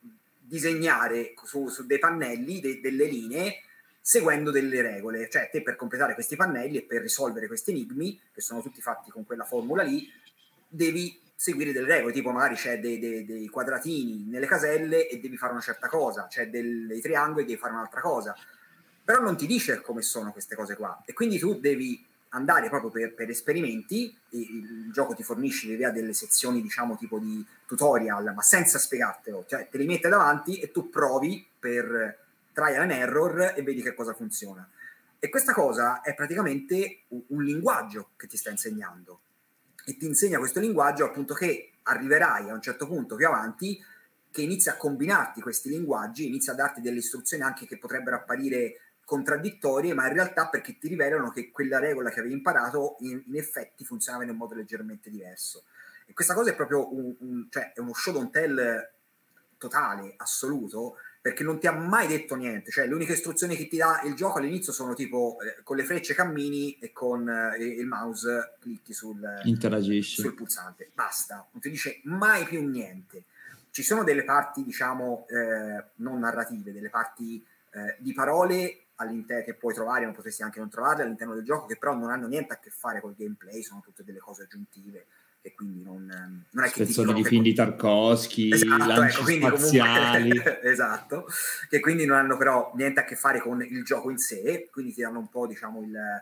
S3: disegnare su dei pannelli delle linee seguendo delle regole, cioè te per completare questi pannelli e per risolvere questi enigmi, che sono tutti fatti con quella formula lì, devi seguire delle regole, tipo magari c'è dei quadratini nelle caselle e devi fare una certa cosa, c'è dei triangoli e devi fare un'altra cosa, però non ti dice come sono queste cose qua, e quindi tu devi andare proprio per esperimenti. Il gioco ti fornisce l'idea delle sezioni, diciamo, tipo di tutorial, ma senza spiegartelo, cioè te li mette davanti e tu provi per trial and error e vedi che cosa funziona. E questa cosa è praticamente un linguaggio che ti sta insegnando, e ti insegna questo linguaggio appunto che arriverai a un certo punto più avanti che inizia a combinarti questi linguaggi, inizia a darti delle istruzioni anche che potrebbero apparire contraddittorie, ma in realtà perché ti rivelano che quella regola che avevi imparato in effetti funzionava in un modo leggermente diverso. E questa cosa è proprio cioè è uno show don't tell totale, assoluto, perché non ti ha mai detto niente, cioè le uniche istruzioni che ti dà il gioco all'inizio sono tipo con le frecce cammini e con il mouse clicchi sul pulsante, basta, non ti dice mai più niente. Ci sono delle parti, diciamo, non narrative, delle parti di parole all'interno che puoi trovare, ma potresti anche non trovarle all'interno del gioco, che però non hanno niente a che fare col gameplay, sono tutte delle cose aggiuntive, e quindi non è che ti dicono
S2: di film di Tarkovsky,
S3: esatto,
S2: lanci spaziali.
S3: Comunque, esatto, che quindi non hanno però niente a che fare con il gioco in sé, quindi ti danno un po', diciamo,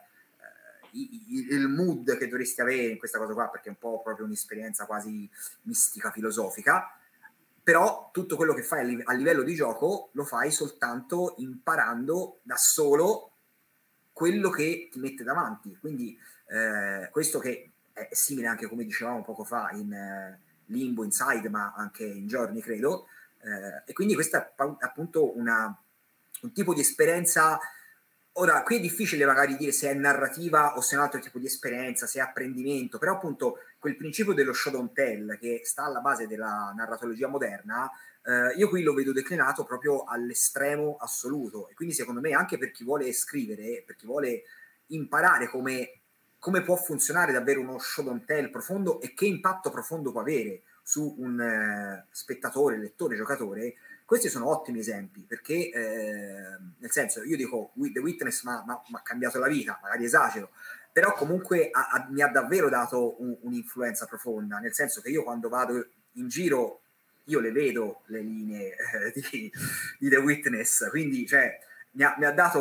S3: il mood che dovresti avere in questa cosa qua, perché è un po' proprio un'esperienza quasi mistica, filosofica. Però tutto quello che fai a livello di gioco lo fai soltanto imparando da solo quello che ti mette davanti. Quindi questo che è simile anche, come dicevamo poco fa, in Limbo, Inside, ma anche in Journey, credo. E quindi questa è appunto un tipo di esperienza. Ora, qui è difficile magari dire se è narrativa o se è un altro tipo di esperienza, se è apprendimento, però appunto quel principio dello show don't tell che sta alla base della narratologia moderna, io qui lo vedo declinato proprio all'estremo assoluto, e quindi secondo me anche per chi vuole scrivere, per chi vuole imparare come può funzionare davvero uno show don't tell profondo e che impatto profondo può avere su un spettatore, lettore, giocatore, questi sono ottimi esempi, perché nel senso, io dico The Witness mi ha cambiato la vita, magari esagero, però comunque mi ha davvero dato un'influenza profonda, nel senso che io quando vado in giro io le vedo le linee di The Witness, quindi cioè mi ha dato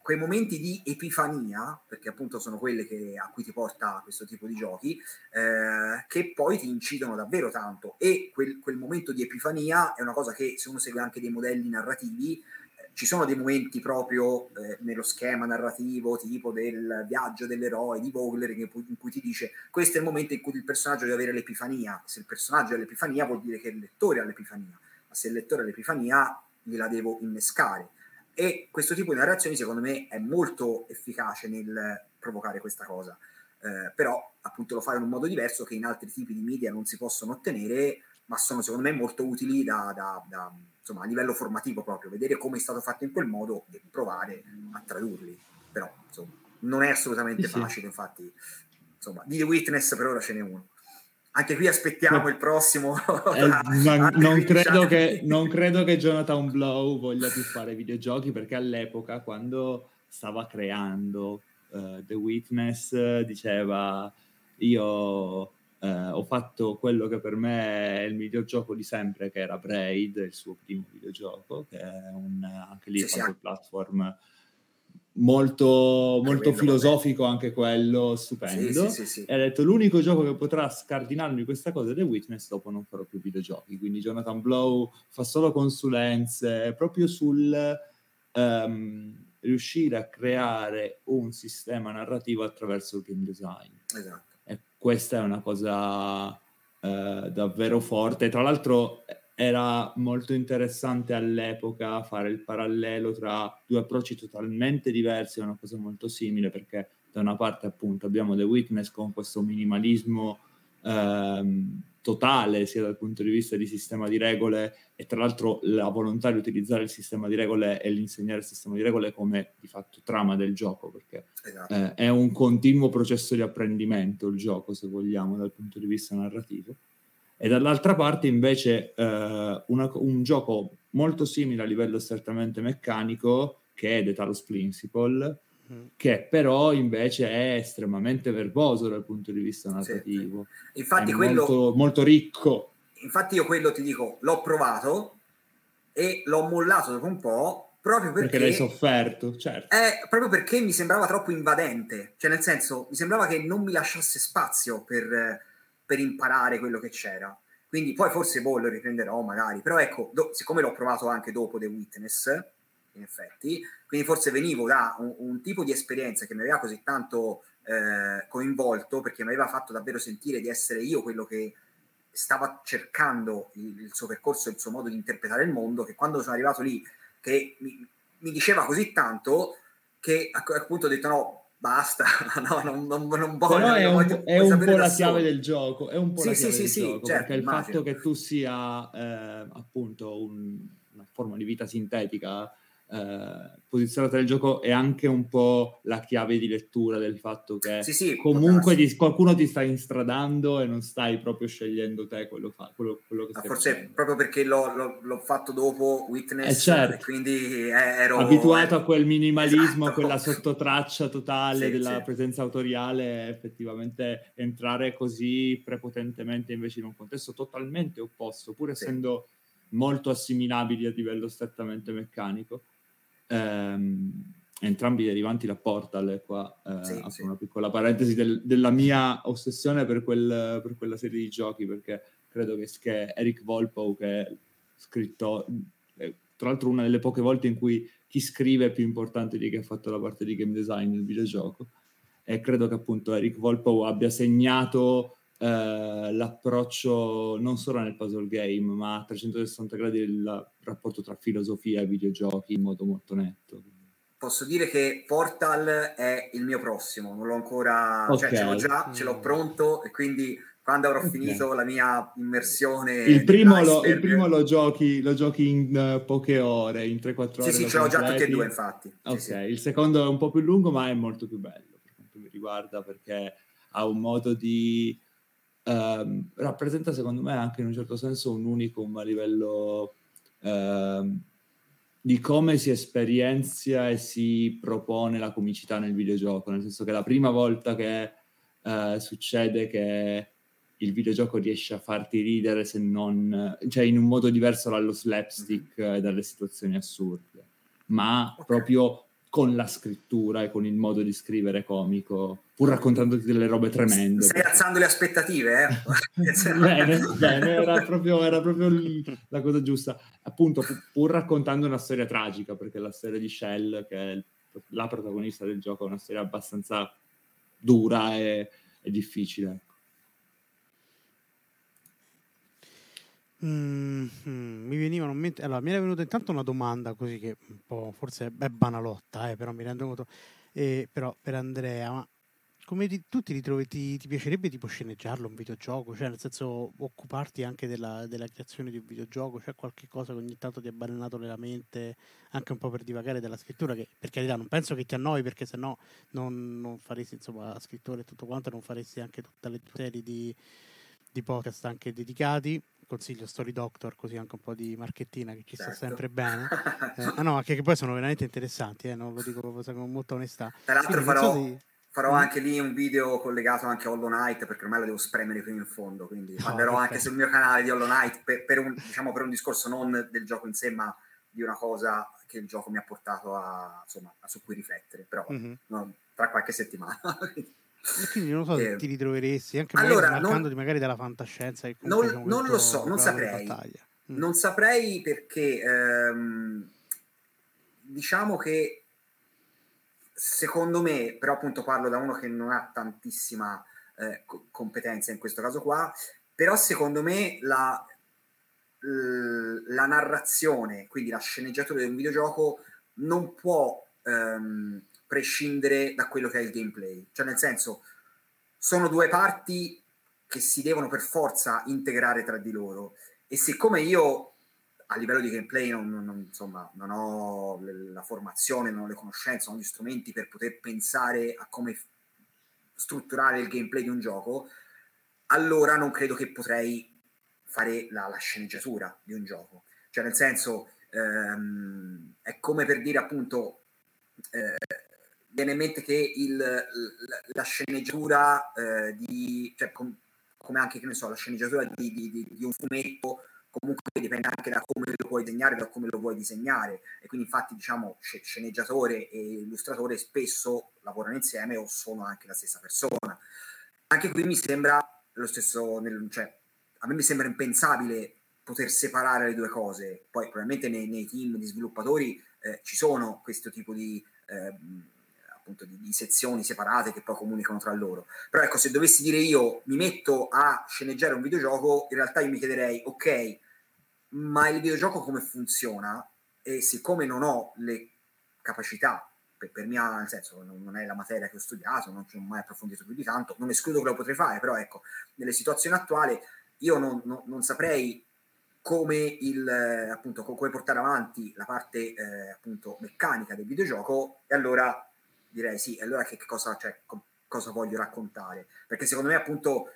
S3: quei momenti di epifania, perché appunto sono quelle a cui ti porta questo tipo di giochi, che poi ti incidono davvero tanto, e quel momento di epifania è una cosa che, se uno segue anche dei modelli narrativi, ci sono dei momenti proprio nello schema narrativo, tipo del viaggio dell'eroe di Vogler, in cui ti dice questo è il momento in cui il personaggio deve avere l'epifania. Se il personaggio ha l'epifania vuol dire che il lettore ha l'epifania, ma se il lettore ha l'epifania gliela devo innescare. E questo tipo di narrazioni secondo me è molto efficace nel provocare questa cosa, però appunto lo fa in un modo diverso che in altri tipi di media non si possono ottenere, ma sono secondo me molto utili insomma, a livello formativo, proprio vedere come è stato fatto in quel modo e provare a tradurli. Però insomma non è assolutamente facile. Infatti insomma di The Witness per ora ce n'è uno. Anche qui aspettiamo il prossimo.
S2: Non credo che Jonathan Blow voglia più fare videogiochi, perché all'epoca, quando stava creando The Witness, diceva: io ho fatto quello che per me è il miglior gioco di sempre, che era Braid, il suo primo videogioco, che è anche lì puzzle platform molto filosofico, anche quello stupendo.
S3: Sì.
S2: E ha detto: l'unico gioco che potrà scardinarmi questa cosa è The Witness, dopo non farò più videogiochi. Quindi Jonathan Blow fa solo consulenze proprio sul riuscire a creare un sistema narrativo attraverso il game design.
S3: Esatto.
S2: E questa è una cosa davvero forte. Tra l'altro era molto interessante all'epoca fare il parallelo tra due approcci totalmente diversi, è una cosa molto simile, perché da una parte appunto abbiamo The Witness con questo minimalismo totale, sia dal punto di vista di sistema di regole, e tra l'altro la volontà di utilizzare il sistema di regole e l'insegnare il sistema di regole come di fatto trama del gioco, perché è un continuo processo di apprendimento il gioco, se vogliamo, dal punto di vista narrativo. E dall'altra parte invece un gioco molto simile a livello strettamente meccanico, che è The Talos Principle, che però invece è estremamente verboso dal punto di vista narrativo.
S3: Sì. Infatti
S2: è molto, molto ricco.
S3: Infatti io quello ti dico, l'ho provato e l'ho mollato dopo un po', proprio perché
S2: l'hai sofferto, certo.
S3: Proprio perché mi sembrava troppo invadente, cioè nel senso mi sembrava che non mi lasciasse spazio per imparare quello che c'era. Quindi poi forse lo riprenderò magari, però ecco, siccome l'ho provato anche dopo The Witness, in effetti, quindi forse venivo da un tipo di esperienza che mi aveva così tanto coinvolto, perché mi aveva fatto davvero sentire di essere io quello che stava cercando il suo percorso, il suo modo di interpretare il mondo, che quando sono arrivato lì, che mi diceva così tanto, che appunto ho detto no, basta, no, non voglio.
S2: Però è un po' la chiave del gioco, è un po' la chiave del
S3: certo,
S2: gioco, perché il fatto che tu sia appunto una forma di vita sintetica posizionata nel gioco è anche un po' la chiave di lettura del fatto che comunque qualcuno ti sta instradando e non stai proprio scegliendo te quello che stai
S3: forse
S2: facendo.
S3: Proprio perché l'ho fatto dopo Witness,
S2: certo.
S3: e quindi ero
S2: abituato a quel minimalismo, a quella sottotraccia totale della presenza autoriale. Effettivamente entrare così prepotentemente invece in un contesto totalmente opposto, pur essendo molto assimilabili a livello strettamente meccanico, entrambi derivanti da Portal. E qua apro una piccola parentesi della mia ossessione per quella serie di giochi, perché credo che Eric Volpow, che è scritto, tra l'altro una delle poche volte in cui chi scrive è più importante di chi ha fatto la parte di game design nel videogioco, e credo che appunto Eric Volpow abbia segnato l'approccio non solo nel puzzle game, ma a 360 gradi del rapporto tra filosofia e videogiochi in modo molto netto.
S3: Posso dire che Portal è il mio prossimo, non l'ho ancora, cioè ce l'ho già, ce l'ho pronto, e quindi quando avrò finito la mia immersione
S2: il primo lo giochi in poche ore, in 3-4 ore.
S3: Sì, ce l'ho già tutti e due, infatti.
S2: Il secondo è un po' più lungo, ma è molto più bello per quanto mi riguarda, perché ha un modo di rappresenta, secondo me, anche in un certo senso un unicum a livello di come si esperienzia e si propone la comicità nel videogioco, nel senso che la prima volta che succede che il videogioco riesce a farti ridere, se non, cioè in un modo diverso dallo slapstick e dalle situazioni assurde, ma proprio con la scrittura e con il modo di scrivere comico, pur raccontandoti delle robe tremende.
S3: Stai alzando le aspettative,
S2: bene, era proprio la cosa giusta. Appunto, pur raccontando una storia tragica, perché la storia di Shell, che è la protagonista del gioco, è una storia abbastanza dura e difficile.
S1: Mi venivano in mente, allora mi era venuta intanto una domanda così che un po' forse è banalotta, però mi rendo conto, però per Andrea, ma come tu ti ritrovi, ti piacerebbe tipo sceneggiarlo un videogioco, cioè nel senso occuparti anche della creazione di un videogioco, c'è qualche cosa che ogni tanto ti ha balenato nella mente anche un po' per divagare della scrittura, che per carità non penso che ti annoi, perché sennò non faresti insomma scrittore e tutto quanto, non faresti anche tutte le serie di podcast anche dedicati. Consiglio Story Doctor, così anche un po' di marchettina che ci sta sempre bene. No, anche che poi sono veramente interessanti, non lo dico proprio con molta onestà.
S3: Tra l'altro
S1: quindi,
S3: farò anche lì un video collegato anche a Hollow Knight, perché ormai lo devo spremere fino in fondo, quindi manderò anche sul mio canale di Hollow Knight per un discorso non del gioco in sé, ma di una cosa che il gioco mi ha portato su cui riflettere, però no, tra qualche settimana.
S1: E quindi non so se ti ritroveresti anche magari dalla fantascienza che
S3: non lo so, non saprei. Non saprei perché diciamo che secondo me, però appunto parlo da uno che non ha tantissima competenza in questo caso qua, però secondo me la narrazione, quindi la sceneggiatura di un videogioco non può prescindere da quello che è il gameplay, cioè nel senso sono due parti che si devono per forza integrare tra di loro, e siccome io a livello di gameplay non ho la formazione, non ho le conoscenze, non ho gli strumenti per poter pensare a come strutturare il gameplay di un gioco, allora non credo che potrei fare la sceneggiatura di un gioco, cioè nel senso è come per dire appunto viene in mente che la sceneggiatura come anche che ne so, la sceneggiatura di un fumetto comunque dipende anche da come lo puoi disegnare, da come lo vuoi disegnare, e quindi infatti diciamo sceneggiatore e illustratore spesso lavorano insieme o sono anche la stessa persona. Anche qui mi sembra lo stesso, a me mi sembra impensabile poter separare le due cose. Poi probabilmente nei team di sviluppatori ci sono questo tipo di appunto di sezioni separate che poi comunicano tra loro, però ecco, se dovessi dire io mi metto a sceneggiare un videogioco, in realtà io mi chiederei ok, ma il videogioco come funziona? E siccome non ho le capacità per mia, nel senso non è la materia che ho studiato, non ci ho mai approfondito più di tanto, non escludo che lo potrei fare, però ecco, nelle situazioni attuali io non saprei come appunto come portare avanti la parte appunto meccanica del videogioco, e allora direi sì, allora che cosa, cosa voglio raccontare, perché secondo me appunto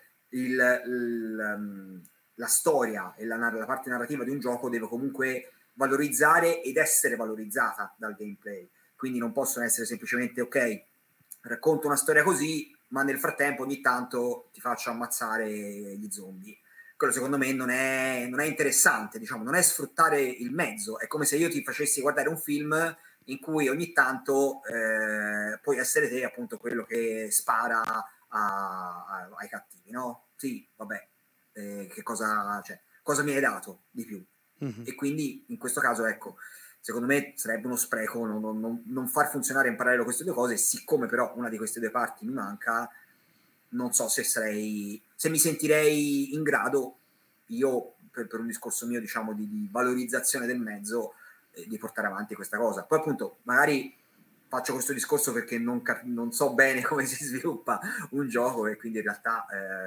S3: la storia e la parte narrativa di un gioco deve comunque valorizzare ed essere valorizzata dal gameplay, quindi non possono essere semplicemente ok, racconto una storia così, ma nel frattempo ogni tanto ti faccio ammazzare gli zombie. Quello secondo me non è interessante, diciamo, non è sfruttare il mezzo. È come se io ti facessi guardare un film in cui ogni tanto puoi essere te appunto quello che spara ai cattivi, no? Sì, vabbè, che cosa mi hai dato di più? E quindi in questo caso, ecco, secondo me sarebbe uno spreco non far funzionare in parallelo queste due cose. Siccome però una di queste due parti mi manca, non so se mi sentirei in grado io per un discorso mio, diciamo, di valorizzazione del mezzo, di portare avanti questa cosa. Poi appunto magari faccio questo discorso perché non so bene come si sviluppa un gioco, e quindi in realtà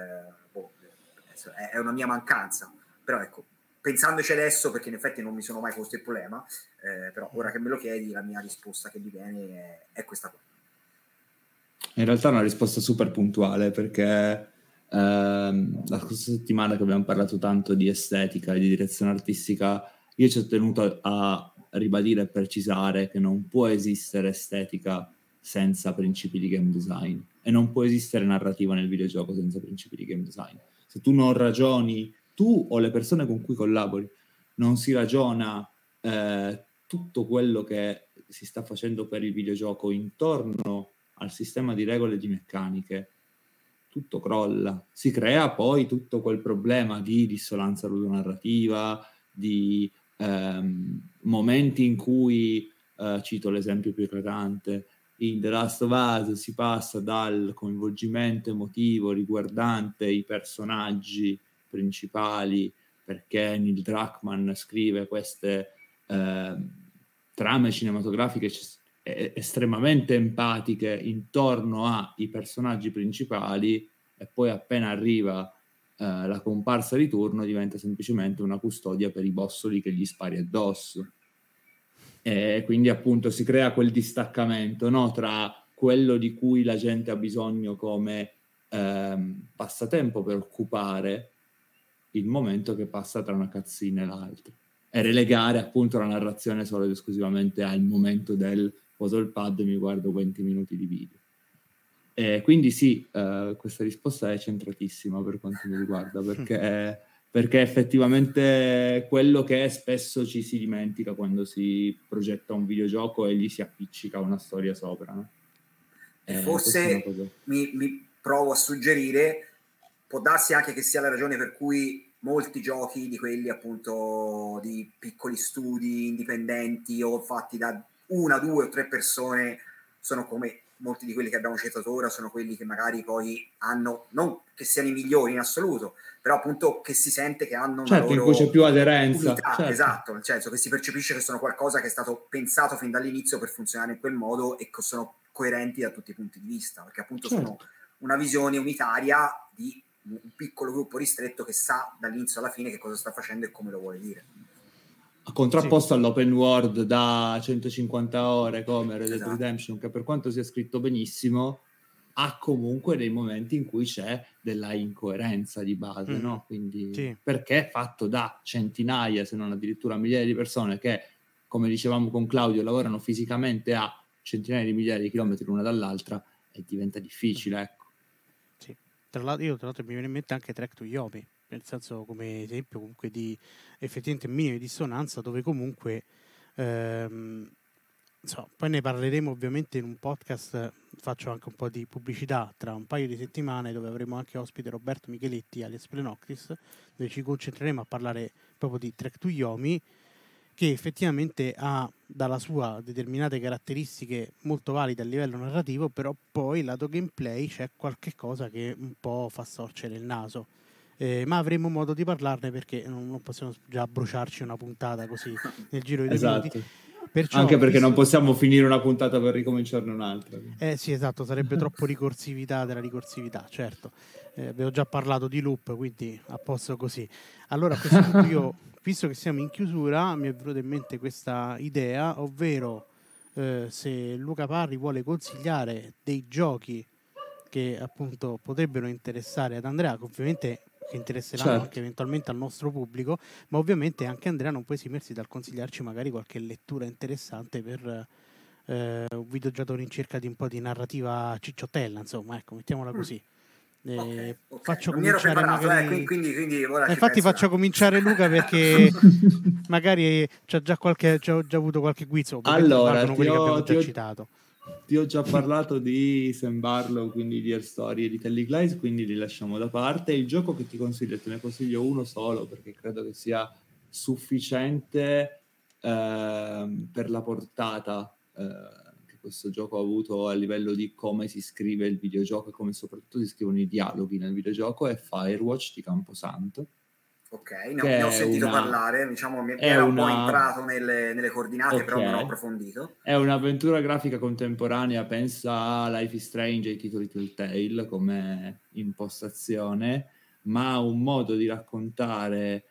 S3: è una mia mancanza, però ecco, pensandoci adesso, perché in effetti non mi sono mai posto il problema, però ora che me lo chiedi la mia risposta che mi viene è questa qua.
S2: In realtà è una risposta super puntuale, perché la scorsa settimana che abbiamo parlato tanto di estetica e di direzione artistica, io ci ho tenuto a ribadire e precisare che non può esistere estetica senza principi di game design, e non può esistere narrativa nel videogioco senza principi di game design. Se tu non ragioni, tu o le persone con cui collabori, non si ragiona tutto quello che si sta facendo per il videogioco intorno al sistema di regole e di meccaniche, tutto crolla. Si crea poi tutto quel problema di dissonanza ludonarrativa, di momenti in cui, cito l'esempio più eclatante, in The Last of Us si passa dal coinvolgimento emotivo riguardante i personaggi principali, perché Neil Druckmann scrive queste trame cinematografiche estremamente empatiche intorno ai personaggi principali, e poi appena arriva la comparsa di turno diventa semplicemente una custodia per i bossoli che gli spari addosso. E quindi appunto si crea quel distaccamento, no, tra quello di cui la gente ha bisogno come passatempo per occupare il momento che passa tra una cutscene e l'altra, e relegare appunto la narrazione solo ed esclusivamente al momento del poso il pad e mi guardo 20 minuti di video. E quindi sì, questa risposta è centratissima per quanto mi riguarda, perché effettivamente quello che spesso ci si dimentica quando si progetta un videogioco e gli si appiccica una storia sopra, no?
S3: E forse mi provo a suggerire, può darsi anche che sia la ragione per cui molti giochi di quelli appunto di piccoli studi indipendenti o fatti da 1, 2 o 3 persone sono come molti di quelli che abbiamo citato ora, sono quelli che magari poi hanno, non che siano i migliori in assoluto, però appunto che si sente che hanno una loro
S2: in cui c'è più aderenza,
S3: unità, certo. Esatto, nel senso che si percepisce che sono qualcosa che è stato pensato fin dall'inizio per funzionare in quel modo e che sono coerenti da tutti i punti di vista, perché appunto sono una visione unitaria di un piccolo gruppo ristretto che sa dall'inizio alla fine che cosa sta facendo e come lo vuole dire.
S2: Contrapposto all'open world da 150 ore come Red Dead Redemption, che per quanto sia scritto benissimo ha comunque dei momenti in cui c'è della incoerenza di base, no? Quindi perché è fatto da centinaia, se non addirittura migliaia di persone che, come dicevamo con Claudio, lavorano fisicamente a centinaia di migliaia di chilometri l'una dall'altra, e diventa difficile, ecco.
S1: Sì. Tra l'altro mi viene in mente anche Trek to Yomi, nel senso come esempio comunque di effettivamente minima dissonanza, dove comunque poi ne parleremo ovviamente in un podcast, faccio anche un po' di pubblicità tra un paio di settimane, dove avremo anche ospite Roberto Micheletti alias Plenoctis, dove ci concentreremo a parlare proprio di Trek to Yomi, che effettivamente ha dalla sua determinate caratteristiche molto valide a livello narrativo, però poi lato gameplay c'è qualche cosa che un po' fa storcere il naso. Ma avremo modo di parlarne, perché non possiamo già bruciarci una puntata così nel giro di 2 minuti. Perciò,
S2: anche perché non possiamo finire una puntata per ricominciarne un'altra.
S1: Sì, esatto, sarebbe troppo ricorsività della ricorsività, certo. Abbiamo già parlato di loop, quindi a posto così. Allora a questo punto io, visto che siamo in chiusura, mi è venuta in mente questa idea, ovvero se Luca Parri vuole consigliare dei giochi che appunto potrebbero interessare ad Andrea, che ovviamente che interesseranno anche eventualmente al nostro pubblico, ma ovviamente anche Andrea non può esimersi dal consigliarci magari qualche lettura interessante per un videogiocatore in cerca di un po' di narrativa cicciottella, insomma, ecco, mettiamola così.
S3: Okay.
S1: Faccio
S3: non mi ero
S1: cominciare
S3: preparato,
S1: magari...
S3: quindi ora
S1: infatti faccio cominciare Luca, perché magari c'ha già avuto qualche guizzo, ovviamente valgono quelli che abbiamo già citato.
S2: Ti ho già parlato di Sam Barlow, quindi di Her Story e di Telling Lies, quindi li lasciamo da parte. Il gioco che ti consiglio, te ne consiglio uno solo, perché credo che sia sufficiente per la portata che questo gioco ha avuto a livello di come si scrive il videogioco e come soprattutto si scrivono i dialoghi nel videogioco, è Firewatch di Camposanto.
S3: Ok, ne ho sentito parlare, diciamo, mi era un po' entrato nelle coordinate, però non ho approfondito.
S2: È un'avventura grafica contemporanea, pensa a Life is Strange e ai titoli Telltale come impostazione, ma un modo di raccontare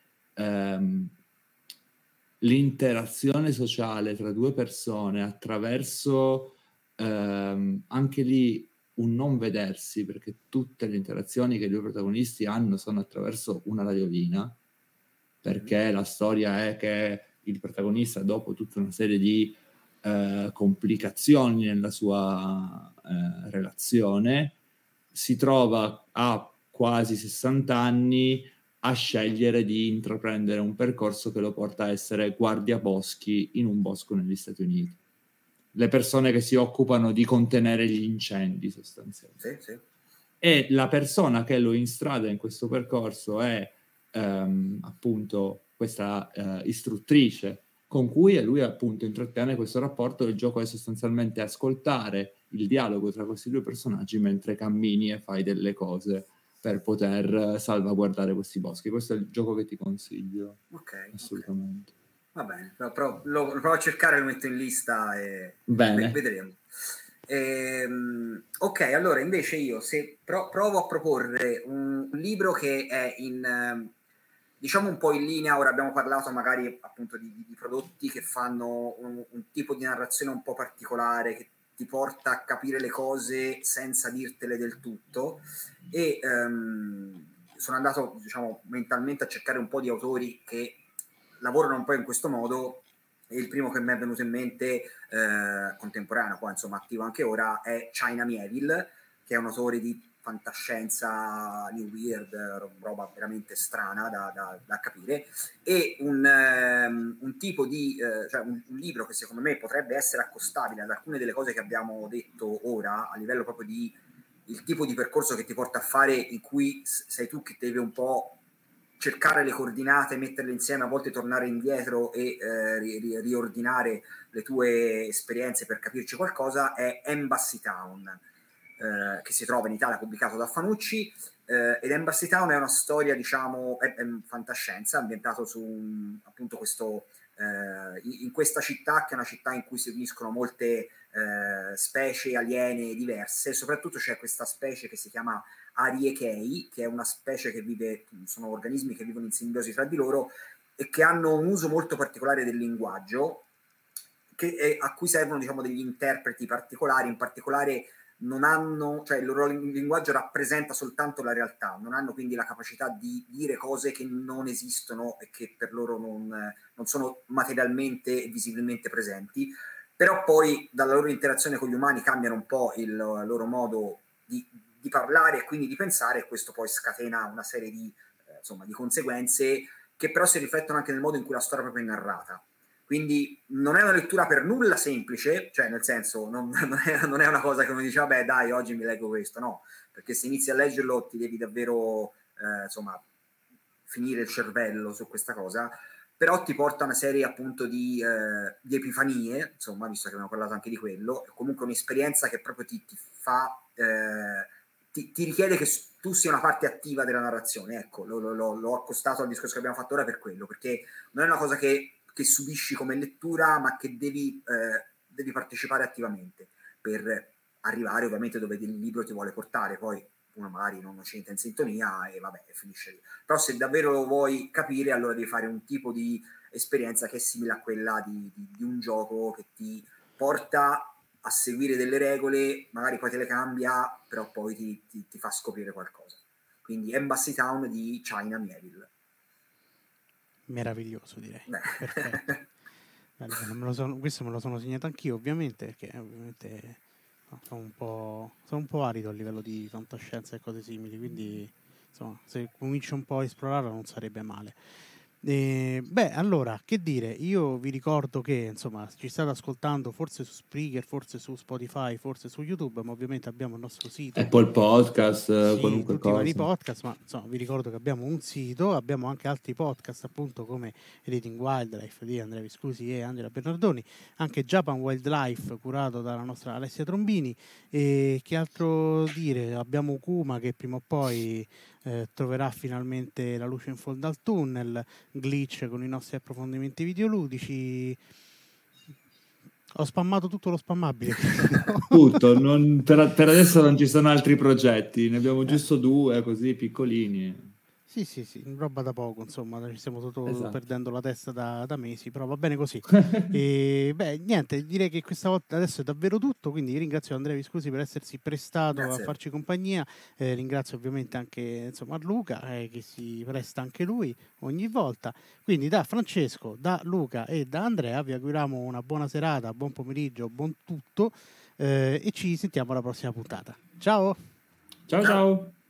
S2: l'interazione sociale tra due persone attraverso anche lì un non vedersi, perché tutte le interazioni che i due protagonisti hanno sono attraverso una radiolina, perché la storia è che il protagonista, dopo tutta una serie di complicazioni nella sua relazione, si trova a quasi 60 anni a scegliere di intraprendere un percorso che lo porta a essere guardiaboschi in un bosco negli Stati Uniti. le persone che si occupano di contenere gli incendi sostanzialmente.
S3: Sì.
S2: E la persona che lo instrada in questo percorso è appunto questa istruttrice con cui lui appunto intrattiene questo rapporto. Il gioco è sostanzialmente ascoltare il dialogo tra questi due personaggi mentre cammini e fai delle cose per poter salvaguardare questi boschi. Questo è il gioco che ti consiglio, assolutamente.
S3: Va bene, lo provo a cercare, lo metto in lista e vedremo. Ok, allora invece io provo a proporre un libro che è diciamo un po' in linea. Ora abbiamo parlato magari appunto di prodotti che fanno un tipo di narrazione un po' particolare, che ti porta a capire le cose senza dirtele del tutto, e sono andato, diciamo, mentalmente a cercare un po' di autori che lavorano un po' in questo modo, e il primo che mi è venuto in mente contemporaneo, qua insomma attivo anche ora, è China Miéville, che è un autore di fantascienza, new weird, roba veramente strana da capire, e un tipo di cioè un libro che secondo me potrebbe essere accostabile ad alcune delle cose che abbiamo detto ora, a livello proprio di il tipo di percorso che ti porta a fare, in cui sei tu che devi un po' cercare le coordinate, metterle insieme, a volte tornare indietro e riordinare le tue esperienze per capirci qualcosa, è Embassy Town, che si trova in Italia, pubblicato da Fanucci, ed Embassy Town è una storia, diciamo, è fantascienza, ambientato su appunto questo in questa città, che è una città in cui si uniscono molte specie aliene diverse. Soprattutto c'è questa specie che si chiama Ariekei, che è una specie che vive, sono organismi che vivono in simbiosi tra di loro e che hanno un uso molto particolare del linguaggio, a cui servono, diciamo, degli interpreti particolari. In particolare non hanno, cioè il loro linguaggio rappresenta soltanto la realtà, non hanno quindi la capacità di dire cose che non esistono e che per loro non sono materialmente e visibilmente presenti. Però poi dalla loro interazione con gli umani cambiano un po' il loro modo di parlare e quindi di pensare, e questo poi scatena una serie di conseguenze che però si riflettono anche nel modo in cui la storia proprio è narrata. Quindi non è una lettura per nulla semplice, cioè nel senso non è una cosa che uno dice vabbè dai oggi mi leggo questo, no, perché se inizi a leggerlo ti devi davvero finire il cervello su questa cosa, però ti porta una serie appunto di epifanie, insomma, visto che abbiamo parlato anche di quello, è comunque un'esperienza che proprio ti fa ti richiede che tu sia una parte attiva della narrazione. Ecco, l'ho accostato al discorso che abbiamo fatto ora per quello, perché non è una cosa che subisci come lettura, ma che devi partecipare attivamente per arrivare ovviamente dove il libro ti vuole portare. Poi uno magari non ci entra in sintonia e vabbè, finisce lì. Però se davvero lo vuoi capire, allora devi fare un tipo di esperienza che è simile a quella di un gioco che ti porta a seguire delle regole, magari poi te le cambia, però poi ti fa scoprire qualcosa. Quindi Embassy Town di China Miéville.
S1: Meraviglioso, direi. Perfetto. Questo me lo sono segnato anch'io, ovviamente, perché ovviamente sono un po' arido a livello di fantascienza e cose simili, quindi insomma, se comincio un po' a esplorarlo non sarebbe male. Beh, allora, che dire, io vi ricordo che insomma ci state ascoltando forse su Spreaker, forse su Spotify, forse su YouTube, ma ovviamente abbiamo il nostro sito,
S2: Apple Podcast,
S1: sì,
S2: qualunque
S1: tutti i
S2: cosa.
S1: vari podcast, ma insomma vi ricordo che abbiamo un sito, abbiamo anche altri podcast appunto come Reading Wildlife di Andrea Viscusi e Angela Bernardoni, anche Japan Wildlife curato dalla nostra Alessia Trombini, e che altro dire, abbiamo Kuma che prima o poi troverà finalmente la luce in fondo al tunnel, Glitch con i nostri approfondimenti videoludici. Ho spammato tutto lo spammabile.
S2: Tutto, per adesso non ci sono altri progetti, ne abbiamo giusto 2 così piccolini.
S1: Sì, roba da poco, insomma, ci stiamo
S2: Esatto.
S1: perdendo la testa da mesi, però va bene così. E beh, niente, direi che questa volta adesso è davvero tutto, quindi ringrazio Andrea Viscusi per essersi prestato a farci compagnia, ringrazio ovviamente anche insomma Luca che si presta anche lui ogni volta, quindi da Francesco, da Luca e da Andrea vi auguriamo una buona serata, buon pomeriggio, buon tutto e ci sentiamo alla prossima puntata. Ciao!
S2: Ciao!